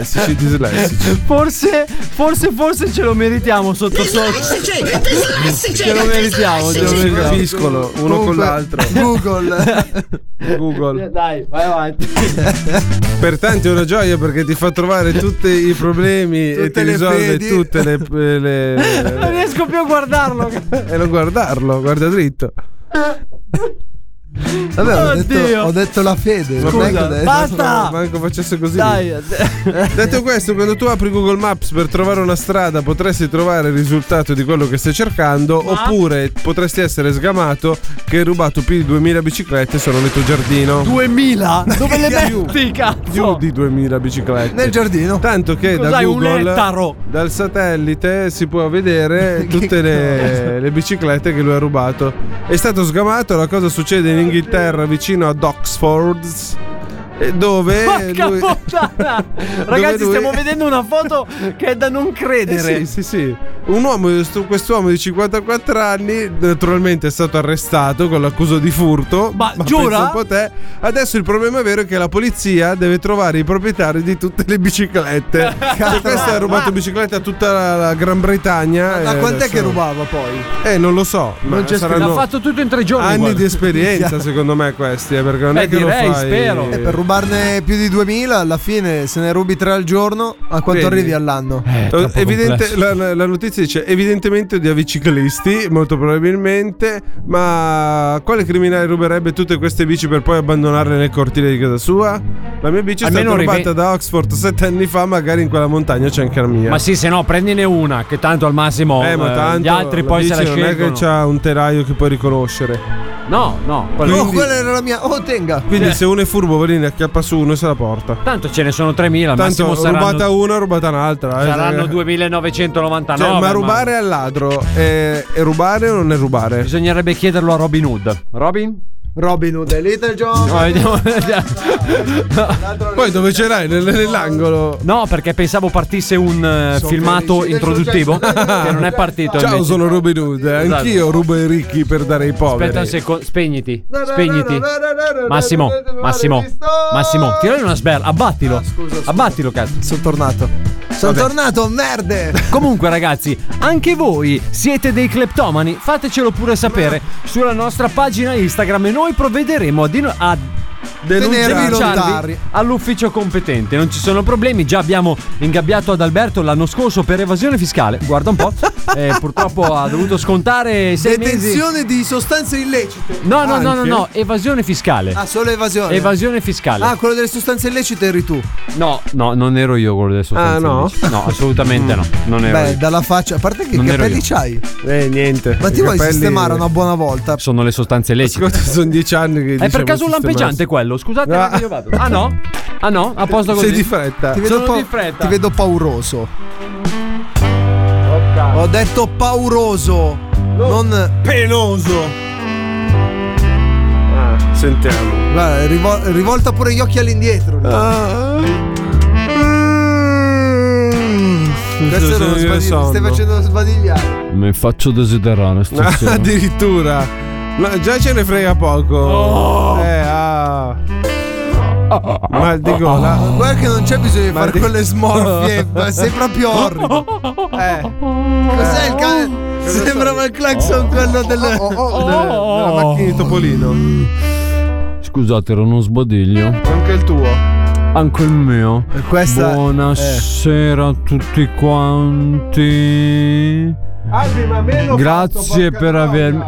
Forse ce lo meritiamo sotto sotto. Ce lo meritiamo, Capiscono uno con l'altro. Google. Dai, vai avanti. Per tanti è una gioia perché ti fa trovare tutti i problemi e ti le risolve fedi. tutte le Non riesco più a guardarlo. e non guardarlo, guarda dritto. Vabbè, Oddio. ho detto la fede. non è che ho detto- Basta. Manco facesse così. Dai. Detto questo, quando tu apri Google Maps per trovare una strada potresti trovare il risultato di quello che stai cercando, oppure potresti essere sgamato che hai rubato più di 2000 biciclette solo nel tuo giardino. 2000? Dove le Più. metti, cazzo? Più di 2000 biciclette Nel giardino. Tanto che da Cos'hai, un Google, ettaro? dal satellite, si può vedere tutte le biciclette che lui ha rubato. È stato sgamato. La cosa succede in Inghilterra, vicino ad Oxford, dove Porca lui... puttana! Ragazzi, lui- stiamo vedendo una foto che è da non credere. Sì. Un uomo, quest'uomo di 54 anni, naturalmente è stato arrestato con l'accusa di furto. Ma giura? pensa un po' te. Adesso il problema vero è che la polizia deve trovare i proprietari di tutte le biciclette. Cioè, questo ha rubato biciclette a tutta la Gran Bretagna. Da e quant'è adesso- che rubava poi? Non lo so. Ma Non c'è saranno l'ha fatto tutto in 3 giorni. anni guarda. di esperienza, secondo me, questi. Perché non è che direi, lo fai. spero. Per rubarne più di 2000, alla fine se ne rubi 3 al giorno, a quanto Vedi? arrivi all'anno? Troppo complesso. La notizia dice evidentemente odiava i ciclisti, molto probabilmente, ma quale criminale ruberebbe tutte queste bici per poi abbandonarle nel cortile di casa sua? La mia bici è Almeno stata rubata da Oxford 7 anni fa, magari in quella montagna c'è anche la mia. Ma sì, se no prendine una, che tanto al massimo ma tanto gli altri poi se la non scelgono. è che c'ha un telaio che puoi riconoscere. No, quella era la mia. Oh, tenga. Quindi se uno è furbo, va lì, ne acchiappa su uno e se la porta. Tanto ce ne sono 3.000, al Tanto massimo saranno, rubata una, rubata un'altra. saranno 2.999. Cioè, ma rubare al ladro è rubare o non è rubare? Bisognerebbe chiederlo a Robin Hood. Robin Hood, Little John. Poi dove ce l'hai? Nell'angolo? No, perché pensavo partisse un filmato introduttivo che non è partito. Ciao, invece. sono Robin Hood. Anch'io rubo ai ricchi per dare ai poveri. Aspetta un secondo, spegniti. Massimo, tirali una sberla, abbattilo. Abbattilo, cazzo. Sono tornato, merde. Comunque, ragazzi, anche voi siete dei cleptomani? Fatecelo pure sapere sulla nostra pagina Instagram e noi provvederemo a denunciarvi all'ufficio competente. Non ci sono problemi. Già abbiamo ingabbiato ad Alberto l'anno scorso per evasione fiscale. Guarda un po'. Purtroppo ha dovuto scontare 6 mesi. Detenzione di sostanze illecite. No, evasione fiscale. Ah, solo evasione. Evasione fiscale. Ah, quello delle sostanze illecite eri tu. No, non ero io quello delle sostanze illecite. No, assolutamente no. Non ero io. Dalla faccia. A parte che capelli c'hai? Niente. Ma ti vuoi sistemare una buona volta? Sono le sostanze illecite. Ascolta, sono 10 anni che è per caso un lampeggiante quello? Scusate, ma io vado. Ah no? A posto così. Sei di fretta. Ti vedo pauroso. Ho detto pauroso, non penoso. Sentiamo. Guarda, rivolta pure gli occhi all'indietro. Questo stai facendo sbadigliare. Mi faccio desiderare stasera. Addirittura. No, già ce ne frega poco. Mal di gola. Guarda che non c'è bisogno di fare quelle smorfie. Sei proprio orrido. Cos'è il cane? Sembrava il clacson quello della macchina di Topolino. Scusate, era uno sbadiglio. Anche il tuo. Anche il mio. Buonasera a tutti quanti. Grazie per avermi.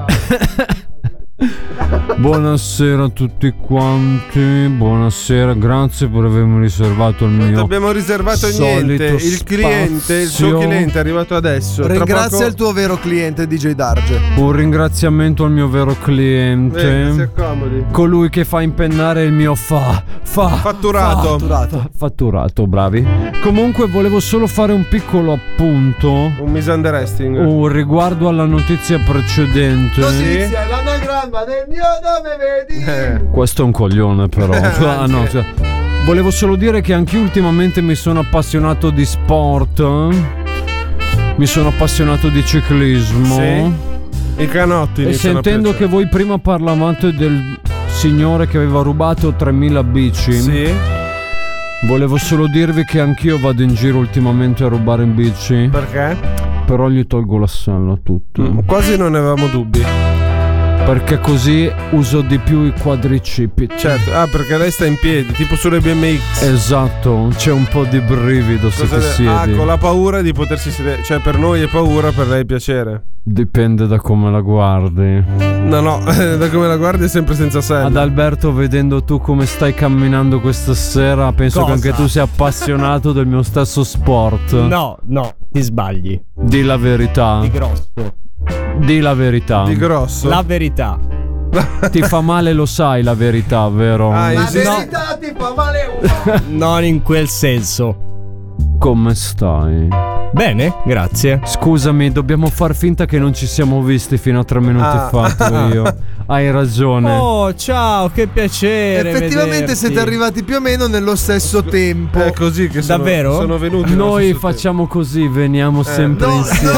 Buonasera a tutti quanti. Buonasera, grazie per avermi riservato il mio. Non ti abbiamo riservato niente. Il suo cliente è arrivato adesso. Ringrazia il tuo vero cliente, DJ Darge. Un ringraziamento al mio vero cliente. Si accomodi. Colui che fa impennare il mio fatturato, bravi. Comunque volevo solo fare un piccolo appunto. Un misunderstanding. Riguardo alla notizia precedente. Notizia, l'anagramma del mio nome, vedi? Questo è un coglione però. Volevo solo dire che anche io ultimamente mi sono appassionato di sport. Mi sono appassionato di ciclismo. Sì. I canotti. E sentendo che voi prima parlavate del signore che aveva rubato 3.000 bici. Sì. Volevo solo dirvi che anch'io vado in giro ultimamente a rubare in bici. Perché? Però gli tolgo la sella a tutti. Quasi non ne avevamo dubbi. Perché così uso di più i quadricipiti. Certo, perché lei sta in piedi, tipo sulle BMX. Esatto, c'è un po' di brivido se ti siedi. Con la paura di potersi sedere. Cioè, per noi è paura, per lei è piacere. Dipende da come la guardi. No, da come la guardi è sempre senza sella. Ad Alberto, vedendo tu come stai camminando questa sera, penso che anche tu sia appassionato del mio stesso sport. No, ti sbagli. Di la verità. Di grosso. Di la verità. Di grosso. La verità. Ti fa male, lo sai, la verità, vero? La verità ti fa male. Non in quel senso. Come stai? Bene, grazie. Scusami, dobbiamo far finta che non ci siamo visti fino a 3 minuti fa, tu e io. Hai ragione. Oh, ciao, che piacere. Effettivamente vederti. siete arrivati più o meno nello stesso tempo. È così che davvero? Sono venuti. Noi facciamo così, veniamo sempre insieme.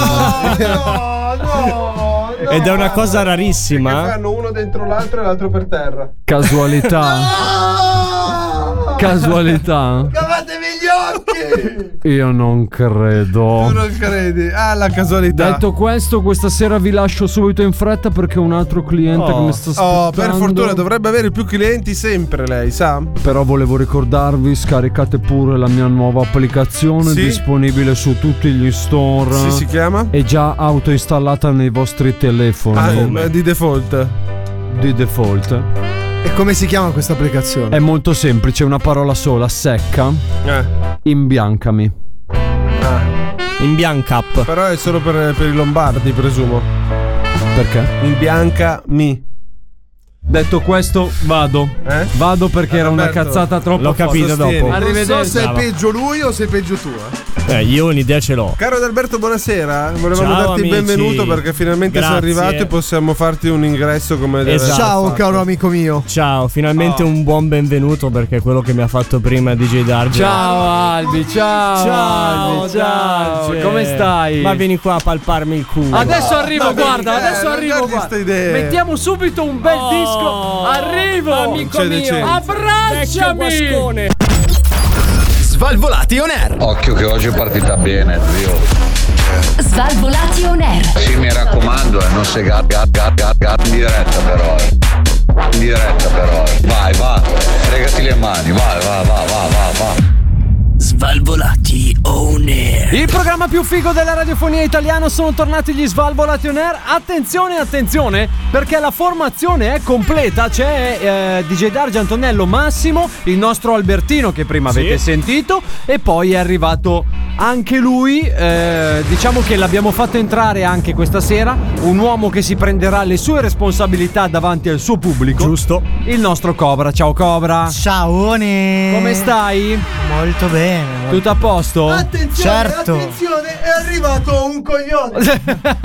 No. Ed è una cosa rarissima. Che fanno uno dentro l'altro e l'altro per terra. Casualità. Casualità. Cavatevi gli occhi. Io non credo. Tu non credi? La casualità. Detto questo, questa sera vi lascio subito in fretta perché un altro cliente che mi sta aspettando. Per fortuna dovrebbe avere più clienti sempre lei, sa? Però volevo ricordarvi, scaricate pure la mia nuova applicazione, disponibile su tutti gli store. Sì, si chiama? È già autoinstallata nei vostri telefoni. Di default. Di default. E come si chiama questa applicazione? È molto semplice, una parola sola, secca. Imbiancami. Imbiancap. Però è solo per i lombardi, presumo. Perché? Imbiancami. Detto questo, vado. Vado perché era una cazzata troppo L'ho capito forte. dopo. Non so se è peggio lui o se è peggio tu. Io un'idea ce l'ho. Caro Adalberto, buonasera. Volevamo Ciao, darti il amici. benvenuto perché finalmente sei Grazie. arrivato e possiamo farti un ingresso come deve essere Ciao fatto. caro amico mio. Ciao, finalmente un buon benvenuto perché è quello che mi ha fatto prima DJ Darge. Ciao Albi, ciao Albi, ciao. Darge. Come stai? Ma vieni qua a palparmi il culo. Adesso arrivo, ma guarda, perché? adesso Non arrivo. dargli Guarda. sta idea. Mettiamo subito un bel disco. Arrivo, amico C'è mio. decenza. abbracciami. Svalvolati on air. Occhio che oggi è partita bene, zio. Svalvolati on air. Sì, mi raccomando, non sei in diretta però. In diretta però. Vai, va. Fregati le mani, vai, va. Svalvolati on air. Il programma più figo della radiofonia italiana, sono tornati gli Svalvolati on air. Attenzione, perché la formazione è completa. C'è DJ Darge, Antonello, Massimo, il nostro Albertino che prima avete sentito, e poi è arrivato anche lui. Diciamo che l'abbiamo fatto entrare anche questa sera, un uomo che si prenderà le sue responsabilità davanti al suo pubblico. Giusto. Il nostro Cobra. Ciao Cobra. Ciaone. Come stai? Molto bene. Tutto a posto? Attenzione, Certo. attenzione, è arrivato un coglione.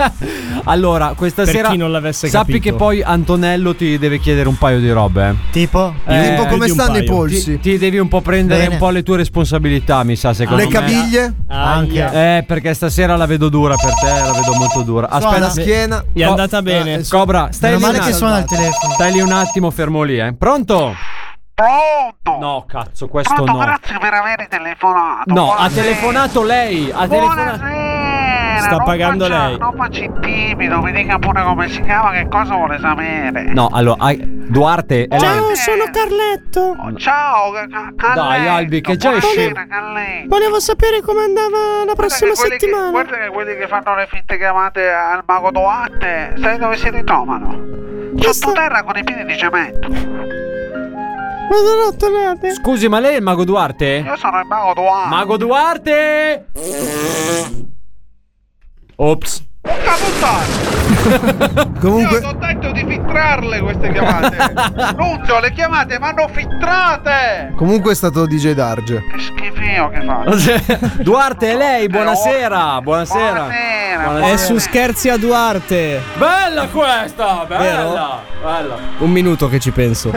Allora, questa Per sera chi non l'avesse sappi capito. che poi Antonello ti deve chiedere un paio di robe. Tipo? Tipo come di un stanno i paio. polsi? Ti devi un po' prendere Bene. un po' le tue responsabilità, mi sa, secondo Le me. caviglie? Anche. Perché stasera la vedo dura per te, la vedo molto dura. La Aspetta, schiena? Gli è andata bene. Cobra, stai Meno lì male un che attimo. suona il telefono. Stai lì un attimo, fermo lì, Pronto? Pronto? No, cazzo, questo Pronto, no. grazie per aver telefonato. No, ha Buonasera. telefonato lei. Ha telefonato. Buonasera. Sta non pagando faccia- lei. Non faccia il timido, mi dica pure come si chiama, che cosa vuole sapere. No, allora, Duarte è lei. Ciao, sono Carletto. Oh, ciao, Dai, Albi, che già è scemo. Volevo sapere come andava la prossima settimana. Guarda che quelli che fanno le finte chiamate al mago Duarte, sai dove si ritrovano? Sottoterra con i piedi di cemento. Scusi, ma lei è il mago Duarte? Io sono il mago Duarte. Mago Duarte! Ops. Comunque, Io ti ho detto di filtrarle queste chiamate. Nunzio, le chiamate vanno filtrate. comunque è stato DJ Darge. Che schifio che fa. Duarte è lei, buonasera. Buonasera. È su Scherzi a Duarte. Bella questa, bella. Vero? Bella. Un minuto che ci penso.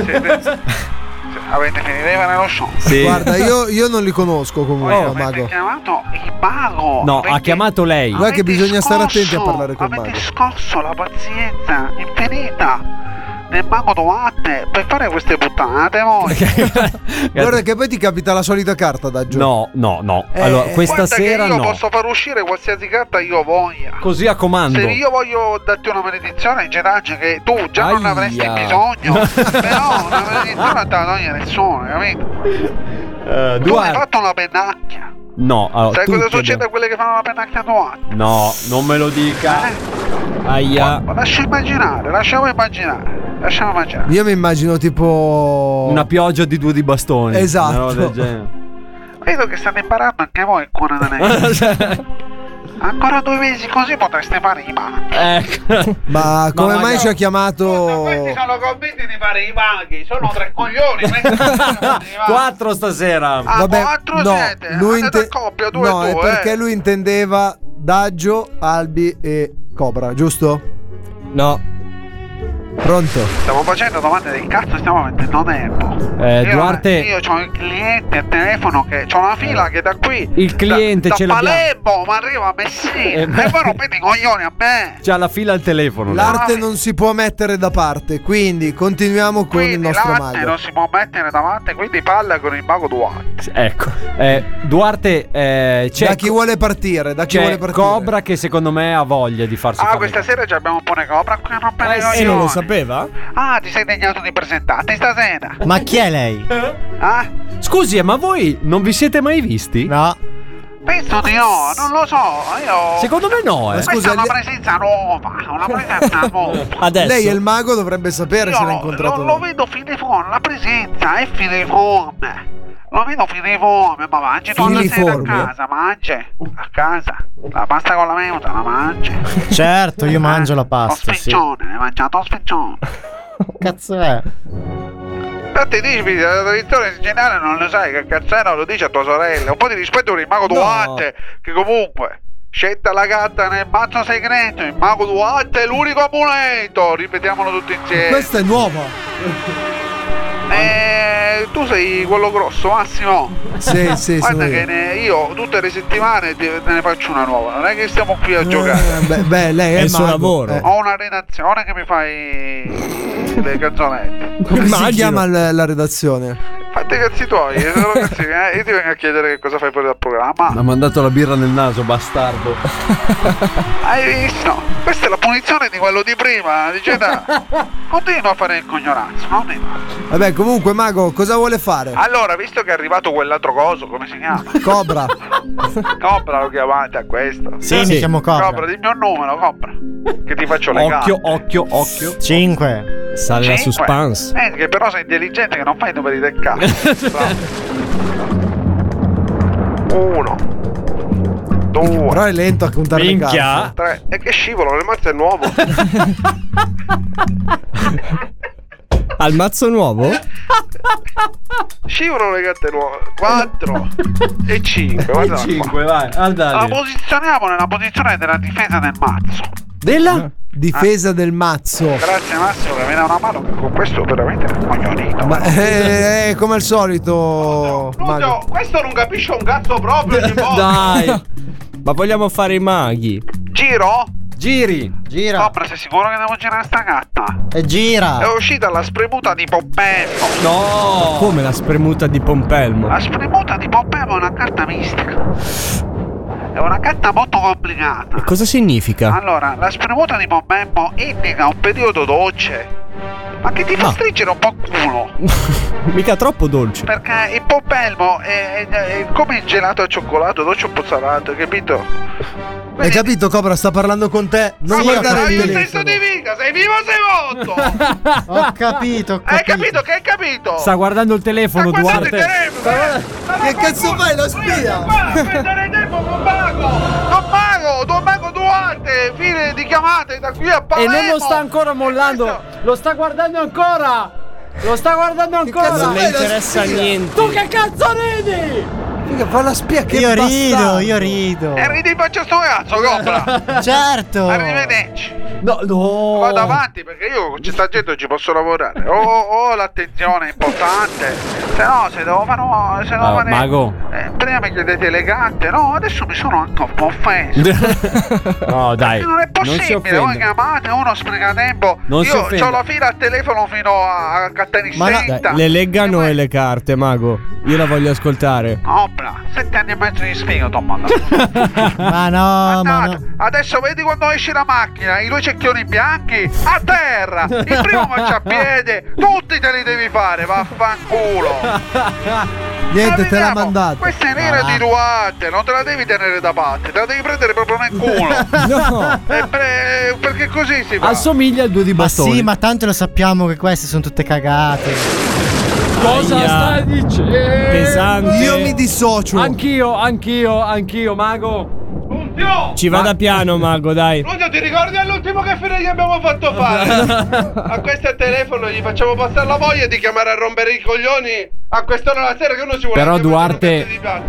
Avete finito nello show. Sì. Guarda, io non li conosco comunque, Avete mago. chiamato il mago. No, Avete- ha chiamato lei. Guarda che avete bisogna stare attenti a scosso- parlare col Avete mago. scosso la pazienza infinita del mago Duarte per fare queste puttanate voi. Guarda che poi ti capita la solita carta da gioco. No. Allora, questa Guarda sera che io no. posso far uscire qualsiasi carta io voglia. Così a comando. Se io voglio darti una maledizione, Gerardo, che tu già non Aia. avresti bisogno, però una maledizione te la toglie nessuno, capito? Tu hai Duarte. fatto una pennacchia. No, allora, Sai cosa tutte succede a quelle che fanno la pennacchia a Duarte? No, non me lo dica. Aia. Ma lasciamo immaginare. Io mi immagino tipo Una pioggia di 2 di bastoni. Esatto. Una roba del genere. Vedo che state imparando anche voi il cuore da lei. Ancora 2 mesi così potreste fare i maghi. Ecco. Ma come mai ci ha chiamato? Questi sono convinti di fare i maghi, sono 3 coglioni. 4 stasera. Vabbè, 4 no, siete. lui Andate a coppia, 2 no, e è 2. perché lui intendeva Daggio, Albi e Cobra, giusto? No. Pronto? Stiamo facendo domande del cazzo, stiamo mettendo tempo. Duarte. Io ho il cliente al telefono che c'ho una fila che da qui. Il cliente da ce l'abbiamo. Palermo, ma arriva a Messina. E poi rompete i coglioni a me. C'ha la fila al telefono. lei. L'arte non si può mettere da parte, quindi continuiamo con il nostro Latte mago. non si può mettere davanti, quindi parla con il mago Duarte. Ecco. Duarte, c'è Da chi vuole partire? Da chi c'è vuole partire? Cobra che secondo me ha voglia di farsi fare. Questa sera già abbiamo un po' di cobra qui a rompere i sì. coglioni. Non lo sapeva? Ah, ti sei degnato di presentarti stasera? Ma chi è lei? Ah? Scusi, ma voi non vi siete mai visti? No. Penso di no, non lo so. Io. Secondo me no, Questa Scusa, è una presenza nuova. Una presenza nuova. Adesso. Lei è il mago, dovrebbe sapere se l'ha incontrato. Lo vedo filiforme, la presenza è filiforme. Lo vedo filiforme, ma mangi tutta la sera a casa, mangi a casa. La pasta con la meuta, la mangi. Certo, io mangio la pasta. Lo spiccione, hai mangiato lo spiccione. Cazzo è? Infatti dici, la tradizione in generale non lo sai, che cazzano lo dice a tua sorella. Un po' di rispetto per il mago Duarte, che comunque scelta la carta nel mazzo segreto. Il mago Duarte è l'unico amuleto. Ripetiamolo tutti insieme. Questa è nuova. Tu sei quello grosso, Massimo? Sì. Guarda che io tutte le settimane ne faccio una nuova. Non è che stiamo qui a giocare. Beh, lei è il suo lavoro. Ho una redazione che mi fa le canzonette. Come si chiama la redazione? Fate i cazzi tuoi, io ti vengo a chiedere che cosa fai fuori dal programma. Mi ha mandato la birra nel naso, bastardo. Hai visto? Questa è la punizione di quello di prima. Dice continua a fare il cognorazzo, Vabbè, comunque, mago, cosa vuole fare? Allora, visto che è arrivato quell'altro coso, come si chiama? Cobra. Cobra lo chiamate a questo? Sì, mi chiamo Cobra. Cobra, dimmi un numero, Cobra. Che ti faccio le Occhio. 5. Sale la suspense. Che però sei intelligente, che non fai i numeri del cazzo. 1 2. Però è lento a contare le carte. 3. E che scivolo, il mazzo è nuovo. Al mazzo nuovo? Scivolano le carte nuove. 4 e 5. Guarda 5, vai. La posizioniamo nella posizione della difesa del mazzo. Della? Difesa del mazzo. Grazie Massimo che mi dà una mano, che con questo veramente è un coglionito. Ma è come al solito. Lucio, questo non capisce un cazzo proprio. Dai. Ma vogliamo fare i maghi. Giro? Gira. Cobra, sei sicuro che devo girare sta gatta? E gira. È uscita la spremuta di Pompelmo. No. Come la spremuta di Pompelmo? La spremuta di Pompelmo è una carta mistica. È una carta molto complicata. Cosa significa? Allora, la spremuta di Pompelmo indica un periodo dolce, ma che ti fa stringere un po' culo. Mica troppo dolce. Perché il Pompelmo è come il gelato al cioccolato, dolce un po' salato, capito? Hai capito, Cobra? Sta parlando con te. Non guardare il telefono. Di vita, sei vivo o sei morto? Ho capito. Hai capito? Che hai capito? Sta guardando il telefono, Duarte. Che cazzo fai? Lo spia? Perdere tempo con Don Mago Duarte, fine di chiamate da qui a Palermo. E non lo sta ancora mollando. Lo sta guardando ancora. Non le interessa niente. Tu che cazzo ridi? Fa la spia, che io rido. E ridi in faccia sto cazzo, Cobra. Certo. Arrivederci. No. Vado avanti perché io con questa gente ci posso lavorare. Ho l'attenzione importante. Se devo fare. Mago. Prima mi chiedete le carte. No, adesso mi sono anche un po' offeso. No, dai. Non è possibile. Voi chiamate, uno spreca tempo. Io ho la fila al telefono fino a Catanissetta. Le leggano le carte, Mago. Io la voglio ascoltare. Cobra, 7 anni e mezzo di sfiga t'ho mandato. ma no. Adesso vedi quando esce la macchina, i 2 cecchioni bianchi a terra, il primo marciapiede, tutti te li devi fare, vaffanculo. Niente, te l'ha mandato. Questa è nera di Duarte, non te la devi tenere da parte, te la devi prendere proprio nel culo. No. Perché così si fa. Assomiglia al 2 di bastoni. Ma sì, ma tanto lo sappiamo che queste sono tutte cagate. Cosa stai dicendo? Pesante. Io mi dissocio. Anch'io, Mago. Ci vada piano, Mago, dai. Lucio, ti ricordi all'ultimo che fine gli abbiamo fatto fare? A questo al telefono gli facciamo passare la voglia di chiamare a rompere i coglioni a quest'ora la sera che uno si vuole. Però Duarte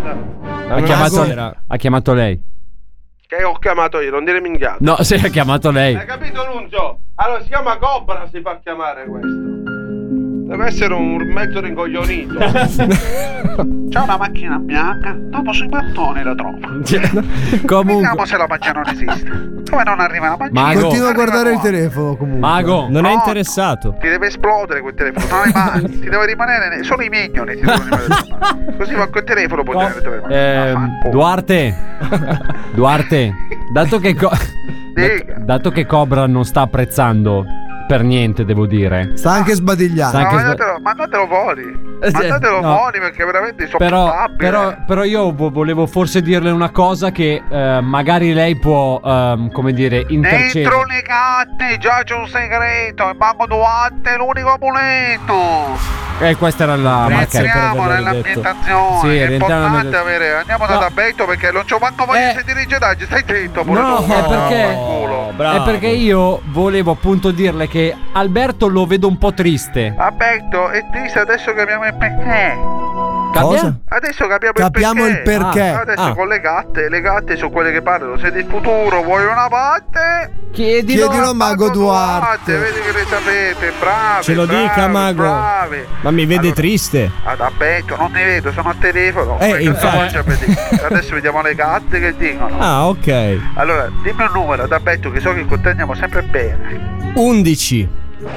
ha chiamato lei. Che ho chiamato io, non dire minchiato. No, se ha chiamato lei. Hai capito, Nunzio? Allora si chiama Cobra, si fa chiamare questo. Deve essere un mezzo rincoglionito. C'è una macchina bianca, dopo sui mattoni la trovo. Comunque. Vediamo se la magia non esiste. Come non arriva la magia? Mago. Continua a guardare il telefono comunque. Mago. Non è interessato. Ti deve esplodere quel telefono, non hai mani. Ti deve rimanere solo i mignoli. Così va col telefono puoi tenere il telefono. Duarte, dato che Cobra non sta apprezzando per niente, devo dire. Sta anche sbadigliando. Mandatelo fuori. Mandatelo fuori perché veramente sono però io volevo forse dirle una cosa che magari lei può, come dire, intercedere. Dentro le gatte già c'è un segreto. Il Mago Duarte è l'unico amuleto. Questa era la marca. Entriamo nell'ambientazione. Sì, è importante avere. Andiamo da Dabetto perché non c'ho manco voglia di sentire i Jedi. Stai zitto, pure no, tu. è perché io volevo appunto dirle che Alberto lo vedo un po' triste. Alberto è triste, adesso capiamo il perché. Cosa? Adesso capiamo il perché. Adesso con le gatte sono quelle che parlano. Se del futuro vuoi una parte, chiedilo a Mago Duarte. Vedi che le sapete, bravi. Ce lo dica, Mago. Bravi. Ma mi vede triste. Aspetta, non ti vedo, sono al telefono. Infatti. Adesso vediamo le gatte che dicono. Ah, ok. Allora, dimmi un numero, Aspetta, che so che con te andiamo sempre bene. 11.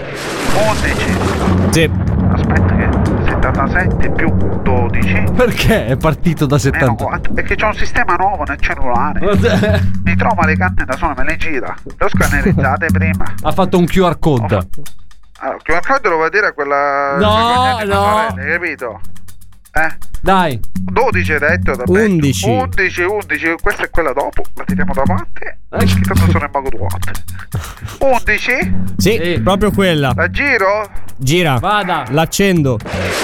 Sì. Aspetta che 77 più 12. Perché è partito da 70? Perché c'è un sistema nuovo nel cellulare. Mi trova le carte da solo, me le gira. Le ho scannerizzate prima. Ha fatto un QR code. Allora, il QR code lo vuoi dire a quella. No. Sorelle, capito? Dai. 12 hai detto da 11. 11. Questa è quella dopo. La tiriamo da parte. Che tanto sono il Mago Duarte. 11? Sì, proprio quella. La giro? Gira. Vada. L'accendo.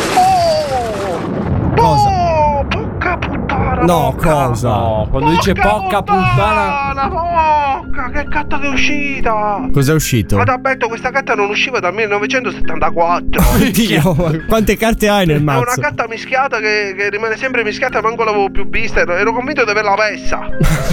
Cosa? Porca puttana. No, cosa? No, quando dice porca puttana. Porca, che carta che è uscita? Cos'è uscito? Ma Dabetto, questa carta non usciva dal 1974. Oddio, quante carte hai nel mazzo? È una carta mischiata che rimane sempre mischiata, manco l'avevo più vista. Ero convinto di averla messa.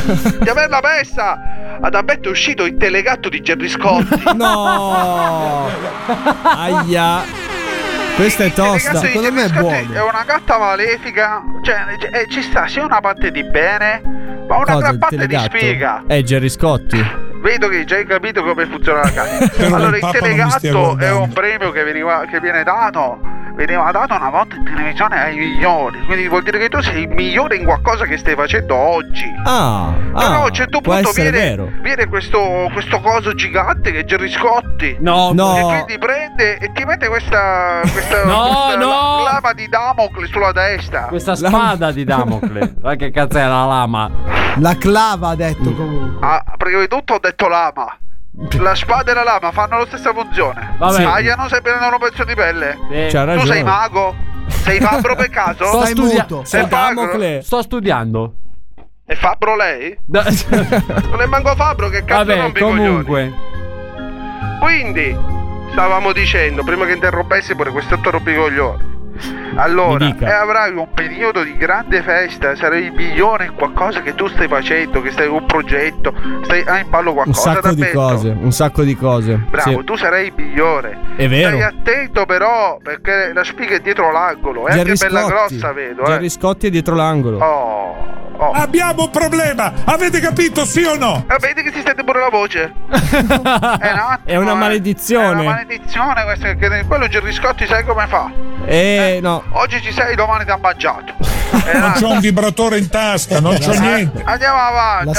Ad Dabetto è uscito il telegatto di Gerry Scotti. No. Aia. Questa è tosta. Secondo me è buono. È una gatta malefica. Cioè, ci sta sia una parte di bene, ma una gran parte di sfiga. È Gerry Scotti. Vedo che già hai capito come funziona la carta. Allora, il telegatto è un premio che viene dato. Veniva dato una volta in televisione ai migliori. Quindi vuol dire che tu sei il migliore in qualcosa che stai facendo oggi. Però a un certo punto viene questo coso gigante che è Gerry Scotti. No. E quindi prende e ti mette questa lama di Damocle sulla testa. Questa spada di Damocle. Ma che cazzo è la lama? La clava ha detto comunque. Prima di tutto ho detto lama. La spada e la lama fanno la stessa funzione. Tagliano se prendono un pezzo di pelle. Tu sei mago? Sei fabbro per caso? Stai muto. Sei Damocle. Sto studiando. È fabbro lei? Non è manco fabbro, che cazzo non vi comunque. Quindi stavamo dicendo, prima che interrompessi pure quest'altro rompicoglioni. Allora, avrai un periodo di grande festa, sarai il migliore in qualcosa che tu stai facendo, che stai un progetto, hai in ballo qualcosa. Un sacco di cose. Bravo, tu sarai il migliore. È vero. Stai attento però, perché la spiga è dietro l'angolo. È anche bella grossa, vedo. Gerry Scotti è dietro l'angolo. Abbiamo un problema, avete capito, sì o no? Vedi che si sente pure la voce. È una maledizione. È una maledizione questa, che quello Gerry Scotti sai come fa? No. Oggi ci sei, domani ti ha mangiato. Non c'ho un vibratore in tasca, non c'ho niente. Andiamo avanti.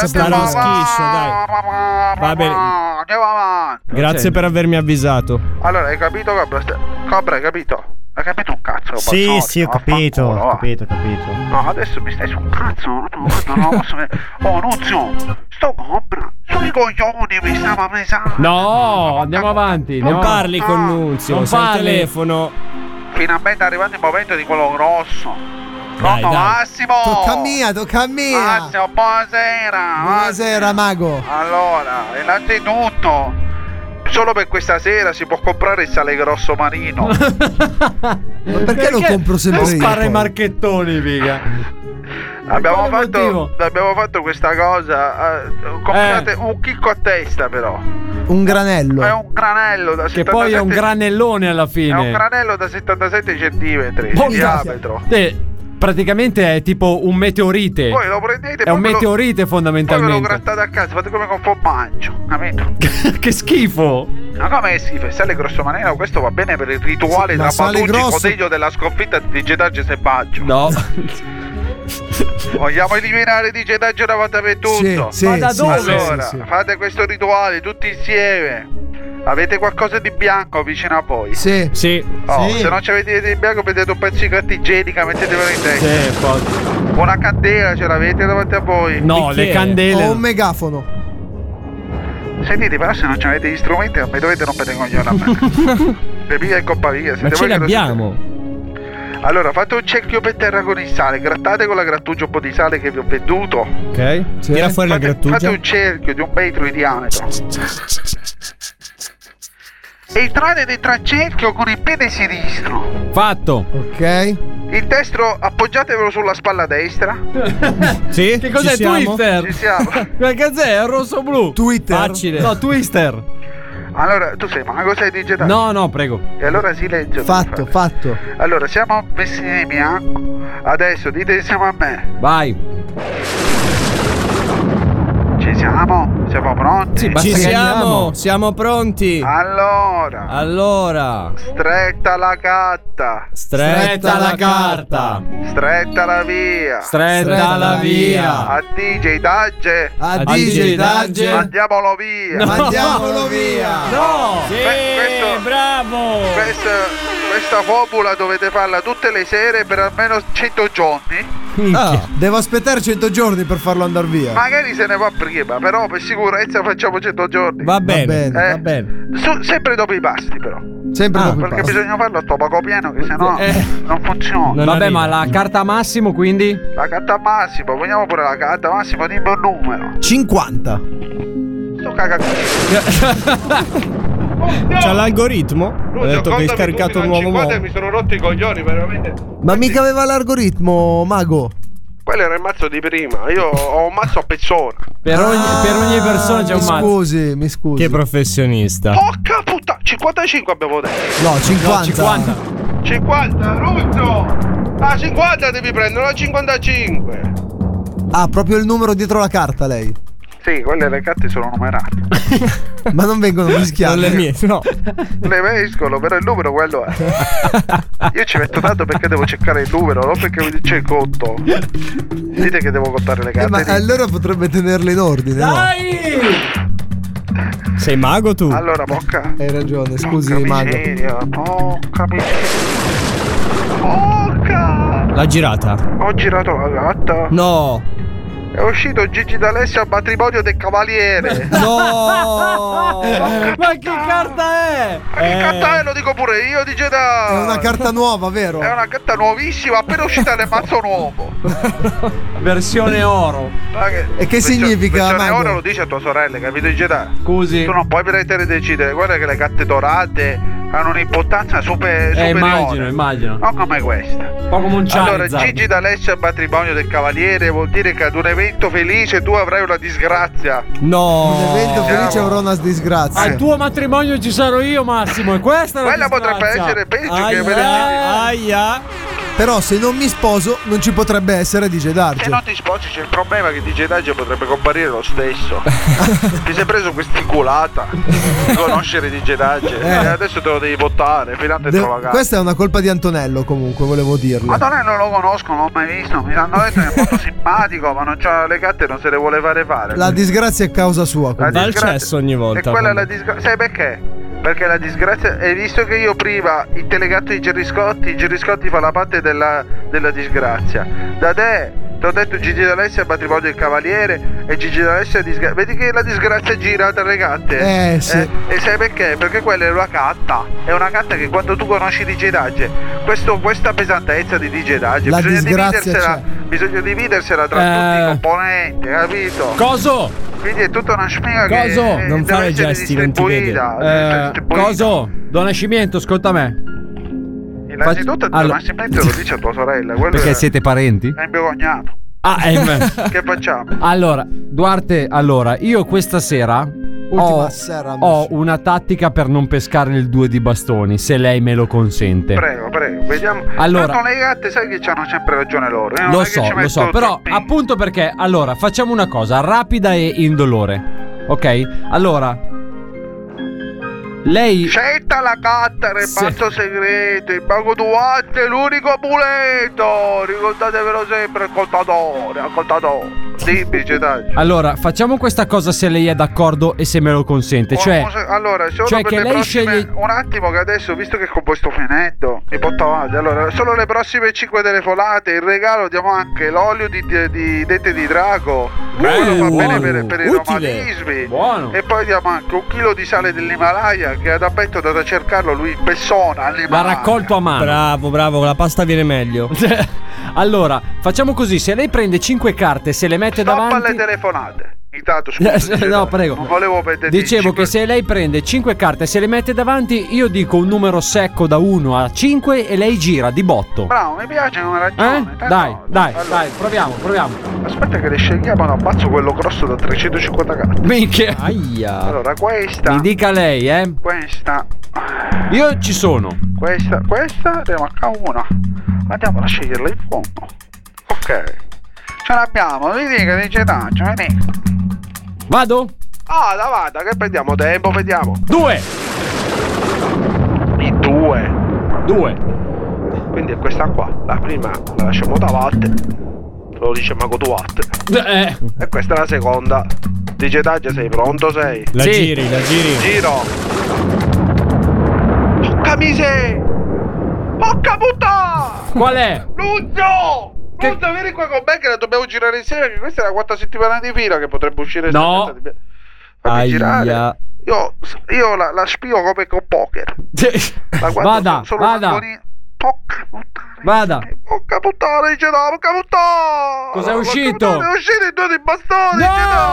Va bene. Andiamo avanti. Grazie per avermi avvisato. Allora, hai capito, Cobra, hai capito? Hai capito un cazzo? Sì, ho capito. No, adesso mi stai sul cazzo. No, posso vedere. Nunzio, sto Cobra sui coglioni mi stava pesando. No, andiamo avanti. Non parli con Nunzio, sei al telefono. Finalmente è arrivato il momento di quello grosso. Dai. Massimo. Tocca a mia. Massimo, buonasera, Mago. Allora, innanzitutto, solo per questa sera si può comprare il sale grosso marino. Ma perché lo compro sempre io? Spara i marchettoni, figa. Abbiamo fatto questa cosa. Comprate un chicco a testa, però. Un granello. È un granello da 77. Che poi è un granellone alla fine. È un granello da 77 centimetri di diametro. Praticamente è tipo un meteorite. Poi lo prendete. È un meteorite fondamentalmente. Poi lo grattate a casa, fate come con formaggio, capito? Che schifo. Ma come è schifo? Il sale grosso marino, questo va bene per il rituale tra Batucci, Codeglio della sconfitta di Getaggio Selvaggio. No. Vogliamo eliminare di Getaggio una volta per tutto? Ma da dove? Allora, fate questo rituale tutti insieme. Avete qualcosa di bianco vicino a voi? Sì. Sì. Oh, Sì. se non avete di bianco, prendete un pezzo di carta igienica, mettetevelo in testa. Sì, poi. Una candela ce l'avete davanti a voi? No, le candele. Ho un megafono. Sentite, però se non avete gli strumenti non mi dovete rompere i coglioni a me. Le piglia in coppa via. Ma ce l'abbiamo. Allora, fate un cerchio per terra con il sale, grattate con la grattugia un po' di sale che vi ho venduto. Ok. Tira fuori la grattugia. Fate un cerchio di 1 metro di diametro. Entrate dentro al cerchio con il piede sinistro. Fatto. Ok. Il destro appoggiatevelo sulla spalla destra. Sì. Che cos'è ci siamo? Twister? Ci siamo. Che cos'è? È il rosso blu. Twitter. Facile. No, Twister. Allora, tu sei mago, sei digitale? No, prego. E allora silenzio. Fatto, fatto. Allora, siamo messi di bianco. Adesso dite insieme a me. Vai. Ci siamo? Siamo pronti? Sì, basta Ci che siamo. andiamo. Siamo pronti. Allora, stretta la carta, Stretta la carta. stretta la via. Stretta la via. A DJ Dagge. A DJ Dagge. Mandiamolo via. No. Mandiamolo via. No. Sì, questo- bravo. Questa fobula dovete farla tutte le sere per almeno 100 giorni. Devo aspettare 100 giorni per farlo andare via. Magari se ne va prima, però per sicurezza facciamo 100 giorni. Va bene, bene, va bene. Sempre dopo i pasti, però. Sempre dopo il Perché pasto. bisogna farlo a stomaco pieno, che sennò non funziona. Non Vabbè, arriva. ma la carta massimo, quindi? La carta massimo, vogliamo pure la carta massimo, dimmi un numero. 50. Sto cagacchino. C'ha l'algoritmo. Ho detto che hai scaricato un nuovo modo. Mi sono rotto i coglioni, veramente. Ma mica aveva l'algoritmo, mago. Quello era il mazzo di prima. Io ho un mazzo a pezzone. Per ogni persona c'è un mazzo. Mi scusi. Che professionista. Porca puttana, 55 abbiamo detto. No, 50. 50. 50, Ruzzo. Ah, 50 devi prendere, non 55. Ah, proprio il numero dietro la carta lei. Sì, quelle le carte sono numerate. Ma non vengono mischiate. Non le mie, no. Le mescolo, però il numero quello è. Io ci metto tanto perché devo cercare il numero, non perché c'è il conto. Dite che devo contare le carte. Ma lì. allora potrebbe tenerle in ordine, Dai! Sei mago tu? Allora, porca. no? Hai ragione, scusi, Porca mago. miseria, porca miseria. Porca! L'ha girata. Ho girato la gatta. No. È uscito Gigi D'Alessio al matrimonio del cavaliere. No. Ma che carta è? Ma che carta è? Lo dico pure io, dice da. È una carta nuova, vero? È una carta nuovissima, appena uscita nel mazzo nuovo. Versione oro. E che significa, Versione mago? ora lo dice a tua sorella, capito, dice da. Scusi. Tu non puoi pretendere di decidere. Guarda che le carte dorate hanno un'importanza superiore. Immagino. Non come questa. Un po' come un Allora, Charizard. Gigi D'Alessio al matrimonio del cavaliere vuol dire che ad un evento felice tu avrai una disgrazia. No. Un evento felice avrò una disgrazia. Al tuo matrimonio ci sarò io, Massimo. E questa è la Quella disgrazia. potrebbe essere peggio che Aia. Però se non mi sposo non ci potrebbe essere DJ Se Darge. non ti sposi c'è il problema che DJ Daggio potrebbe comparire lo stesso. Ti sei preso quest'inculata di conoscere DJ Daggio e adesso te lo devi votare filante dentro la casa. Questa è una colpa di Antonello, comunque, volevo dirlo. Madonna, non lo conosco, non l'ho mai visto. Mi hanno detto che è molto simpatico, ma non c'ha le carte, non se le vuole fare. La disgrazia è causa sua. La Va al disgrazia- cesso ogni volta. E quella è la disgrazia. Sai perché? Perché la disgrazia. Hai visto che io prima il telegatto di Gerry Scotti fa la parte della disgrazia. Da te ti ho detto Gigi D'Alessio al matrimonio del cavaliere e Gigi D'Alessio è disgrazia. Vedi che la disgrazia gira tra le gatte? Sì. E sai perché? Perché quella è una carta. È una carta che quando tu conosci DJ Dagge, questa pesantezza di DJ Dagge, La disgrazia bisogna dividersela tra tutti i componenti, capito? Coso? Quindi è tutta una sfiga Coso? che Non deve fare essere gesti, non ti vede. distribuita. Coso? Don Nascimento, ascolta me. Innanzitutto il Allora- Nascimento lo dice a tua sorella. Quello Perché è, siete parenti? è il mio cognato. Ah, Che facciamo? Allora, Duarte, io questa sera Ultima sera, ho una tattica per non pescare il 2 di bastoni, se lei me lo consente. Prego, vediamo. Allora- Tanto le gatte sai che hanno sempre ragione loro. Non Lo è che ci so, mettono però troppi- appunto perché allora facciamo una cosa rapida e indolore. Ok? Allora lei Scelta la carta nel Sì. mazzo segreto, il mago Duarte è l'unico amuleto. Ricordatevelo sempre, ascoltatore. Dimmi, Getaggio. Allora, facciamo questa cosa se lei è d'accordo e se me lo consente. Cioè, allora, solo cioè per che le lei prossime, sceglie. un attimo, che adesso, visto che il composto finendo, mi porto avanti. Allora, solo le prossime 5 telefonate. In regalo diamo anche l'olio di dente di drago. Quello va bene per i reumatismi. Buono. E poi diamo anche 1 chilo di sale dell'Himalaya, che ad Abbetto è andato a cercarlo lui in persona. L'ha raccolto a mano. Bravo, con la pasta viene meglio. Allora, facciamo così: se lei prende 5 carte, se le mette davanti. Stop alle telefonate. Intanto, scusa, no, prego. Non volevo perdere. Dicevo che se lei prende 5 carte e se le mette davanti, io dico un numero secco da 1 a 5 e lei gira di botto. Bravo, mi piace come ragione. Dai, Allora, dai, proviamo. Aspetta che le scegliamo, no, abbazzo quello grosso da 350 carte. Minchia. Aia. Allora, questa. Mi dica lei, Questa. Io ci sono. Questa, ne manca una. Andiamo a sceglierla in fondo. Ok. Ce l'abbiamo, mi dica di Getaggio, mi dica. Vado? Vada, che perdiamo tempo, vediamo. 2. I 2. 2. Quindi è questa qua. La prima la lasciamo da parte. Lo dice Mago Duarte. E questa è la seconda. Di Getaggio, sei pronto? Sei? La giri. Giro. Porca miseria! Porca puttana! Qual è? Luzzo, vieni qua con me che la dobbiamo girare insieme, che questa è la 4ª settimana di fila che potrebbe uscire. No. Fammi girare. Io la spio come con poker. Vada. Vada. Porca puttana, dice no, porca puttana. Cos'è uscito? È uscito i 2 di bastoni.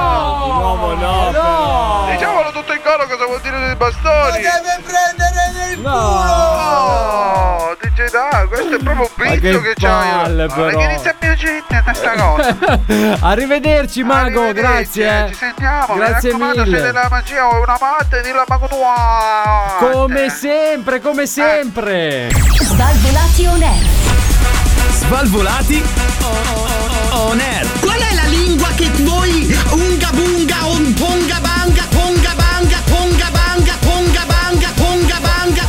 No. Diciamolo tutto in coro cosa vuol dire dei bastoni. Deve prendere nel culo. No, dice dai, questo è proprio un vizio che c'hai. Che inizia a piacere questa cosa. Arrivederci, Mago, grazie. Ci sentiamo. Grazie mille. Se della magia o una matta, dillo a Mago Duarte. Come sempre. Svalvolati on air. Svalvolati on air. Qual è la lingua che voi unga bunga on ponga banga ponga banga ponga banga ponga banga ponga banga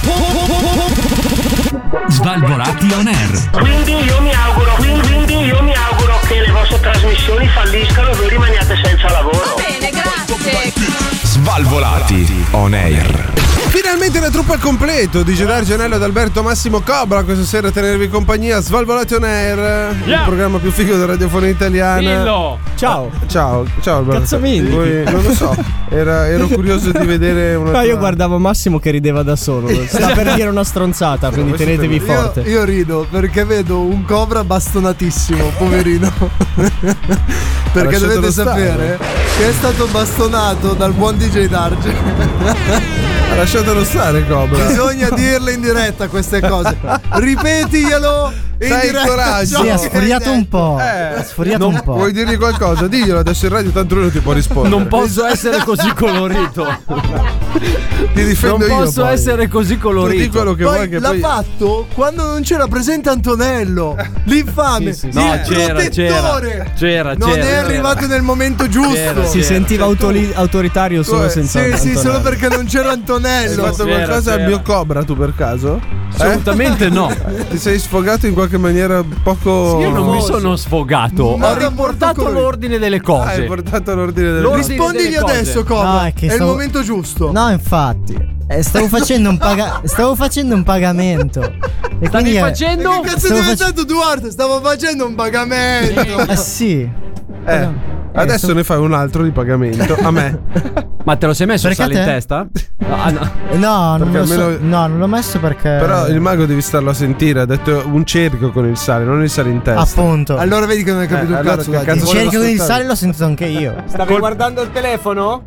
Svalvolati on air. Quindi io mi auguro che le vostre trasmissioni falliscano e voi rimaniate senza lavoro. Va bene, grazie. Svalvolati on air. Finalmente la truppa al completo di Gennaro Gianello ed Alberto Massimo Cobra questa sera a tenervi compagnia. Svalvolati on air, il programma più figo della radiofonia italiana. Dillo. Ciao Alberto. Cazzo mi indichi? Non lo so, ero curioso di vedere una. No, io guardavo Massimo che rideva da solo. Sta per dire una stronzata, quindi tenetevi forte. Io rido perché vedo un Cobra bastonatissimo, poverino. Perché dovete sapere che è stato bastonato dal buon DJ Darge. Lasciatelo stare, Cobra. Bisogna dirle in diretta queste cose. Ripetiglielo in diretta. Coraggio. Sì, ha sfuriato un po'. Vuoi dirgli qualcosa? Diglielo adesso in radio, tanto lui non ti può rispondere. Non posso essere così colorito. Ti difendo non io. Non posso essere così colorito. Di quello che poi vuoi, che l'ha poi fatto quando non c'era presente Antonello. L'infame. Sì. No, c'era. Non è arrivato nel momento giusto. Si sentiva autoritario solo senza Antonello. Sì, solo perché non c'era Antonello. Hai fatto qualcosa al mio Cobra tu per caso? Assolutamente no. Ti sei sfogato in qualche maniera poco. Io non mi sono sfogato. Ho riportato l'ordine delle cose. Hai portato l'ordine delle cose. Rispondigli adesso, Cobra. È il momento giusto. No, infatti. Stavo facendo un pagamento. E stavi facendo? Che cazzo è diventato Duarte? Stavo facendo un pagamento. Sì. Adesso ne fai un altro di pagamento a me. Ma te lo sei messo il sale in testa? No, non l'ho messo perché. Però il mago devi starlo a sentire. Ha detto un cerchio con il sale, non il sale in testa. Appunto. Allora vedi che non hai capito un cazzo. Il cerchio con il sale l'ho sentito anche io. Stavi guardando il telefono?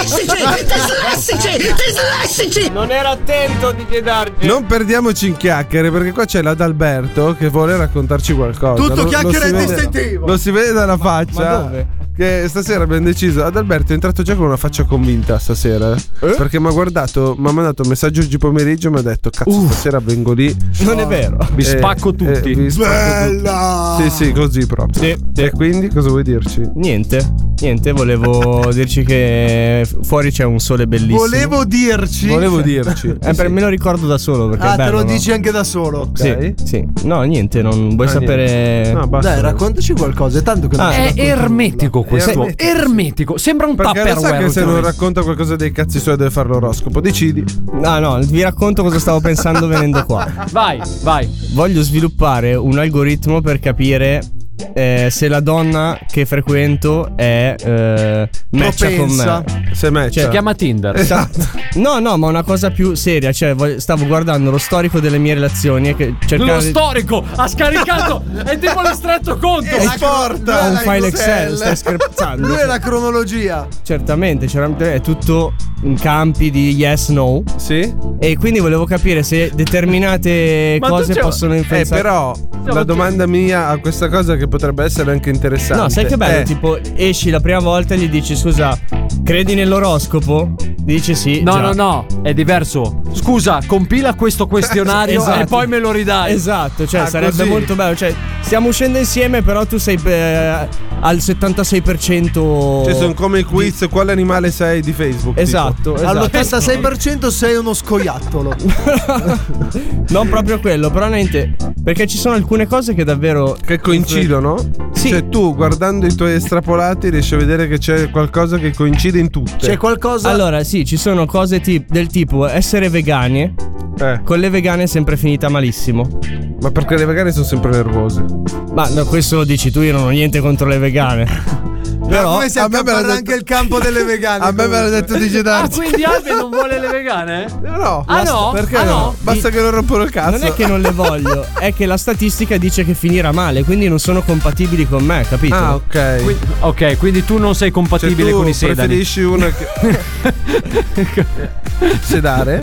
Dislessici! Non ero attento di Darge. Non perdiamoci in chiacchiere, perché qua c'è l'Adalberto che vuole raccontarci qualcosa. Tutto chiacchiere e distintivo. Lo si vede dalla faccia. Ma dove? Che stasera abbiamo deciso. Adalberto è entrato già con una faccia convinta stasera. Perché mi ha guardato, mi ha mandato un messaggio oggi pomeriggio e mi ha detto: cazzo, stasera vengo lì. Non è vero. Vi spacco tutti. Bella! Sì, così proprio. Sì. E quindi cosa vuoi dirci? Niente. Niente, volevo dirci che fuori c'è un sole bellissimo. Volevo dirci. Me lo ricordo da solo perché è bello, te lo no? dici anche da solo. Okay. Sì. No, niente, non vuoi sapere. No, dai, raccontaci qualcosa. È tanto che non è ermetico questo. Ermetico. Sembra un Perché lo Tupperware. sa che se non racconta qualcosa dei cazzi suoi deve fare l'oroscopo. Decidi. No, vi racconto cosa stavo pensando venendo qua. Vai. Voglio sviluppare un algoritmo per capire se la donna che frequento è matcha con me. Se matcha. Si chiama Tinder. Esatto. No, ma una cosa più seria. Cioè, stavo guardando lo storico delle mie relazioni e Lo storico ha scaricato. È tipo l'estratto conto. Esporta un file Excel. Stai scherzando? Lui è la cronologia. Certamente, è tutto in campi di yes, no. Sì. E quindi volevo capire se determinate cose possono influenzare. Però la domanda mia a questa cosa che potrebbe essere anche interessante. No, sai che bello? Tipo, esci la prima volta e gli dici: scusa, credi nell'oroscopo? Dice sì. No, è diverso. Scusa, compila questo questionario Esatto. e poi me lo ridai. Esatto, cioè sarebbe così. molto bello. Cioè, stiamo uscendo insieme, però tu sei al 76%. Cioè, sono come i quiz, quale animale sei di Facebook. Esatto. All'86% sei uno scoiattolo. Non proprio quello, però niente. Perché ci sono alcune cose che davvero che coincidono? Sì. Cioè, tu guardando i tuoi estrapolati riesci a vedere che c'è qualcosa che coincide in tutte. C'è qualcosa. Allora, sì, ci sono cose del tipo essere vegani. Con le vegane è sempre finita malissimo. Ma perché le vegane sono sempre nervose. Ma no, questo lo dici tu, io non ho niente contro le vegane. Però come si accapara anche il campo delle vegane. A me me l'ha detto DJ Darge. Quindi Albe non vuole le vegane? No. No? Perché no? Basta che non rompono il cazzo. Non è che non le voglio, è che la statistica dice che finirà male, quindi non sono compatibili con me, capito? Ah, ok. Ok, quindi tu non sei compatibile con i sedani. Preferisci una che sedare?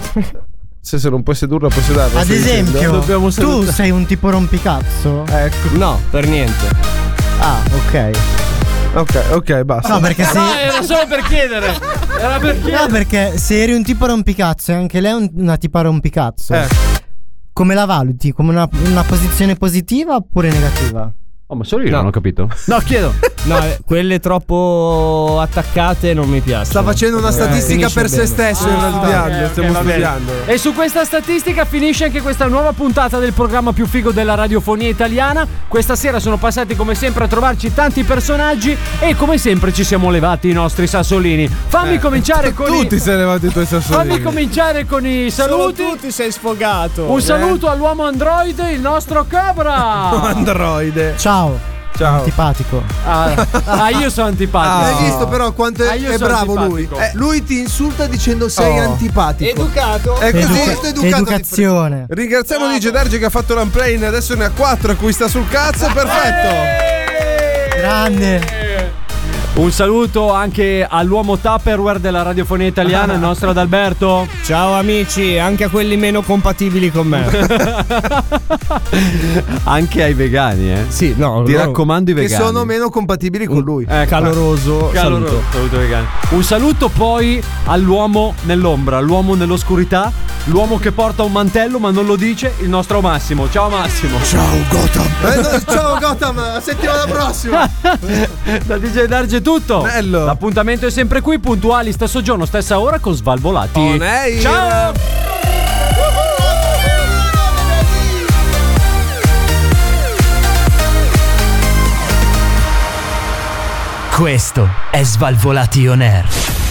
Se non puoi sedurla, puoi sedarla. Ad esempio, tu sei un tipo rompicazzo? Ecco. No, per niente. Ah, ok. Ok, basta. No, perché se... No, era solo per chiedere. Era per chiedere. No, perché se eri un tipo rompicazzo e anche lei una tipa rompicazzo, come la valuti? Come una posizione positiva oppure negativa? Oh, ma solo io non ho capito. No, chiedo. No, quelle troppo attaccate non mi piacciono. Sta facendo una statistica per se stesso in realtà. Stiamo studiando. E su questa statistica finisce anche questa nuova puntata del programma più figo della radiofonia italiana. Questa sera sono passati come sempre a trovarci tanti personaggi e come sempre ci siamo levati i nostri sassolini. Fammi cominciare con tutti sei levati i tuoi sassolini. Fammi cominciare con i saluti. Tu ti sei sfogato. Un saluto all'uomo android, il nostro Cobra. Androide. Ciao. Antipatico. Io sono antipatico. Hai visto però quanto è bravo lui? Lui ti insulta dicendo sei antipatico. Educato. È così. Educazione. Ringraziamo DJ Darge che ha fatto l'unplane, adesso ne ha 4 a cui sta sul cazzo. Perfetto. Grande. Un saluto anche all'uomo Tupperware della radiofonia italiana, il nostro Adalberto. Ciao amici, anche a quelli meno compatibili con me. Anche ai vegani, Sì, no. Ti raccomando i vegani. Che sono meno compatibili con lui. Caloroso saluto. Saluto vegani. Un saluto poi all'uomo nell'ombra, all'uomo nell'oscurità, l'uomo che porta un mantello ma non lo dice, il nostro Massimo. Ciao Massimo. Ciao Gotham. Ciao Gotham, la settimana prossima. Da DJ Darge tutto. Bello. L'appuntamento è sempre qui, puntuali, stesso giorno, stessa ora con Svalvolati. On air. Ciao. Questo è Svalvolati On Air.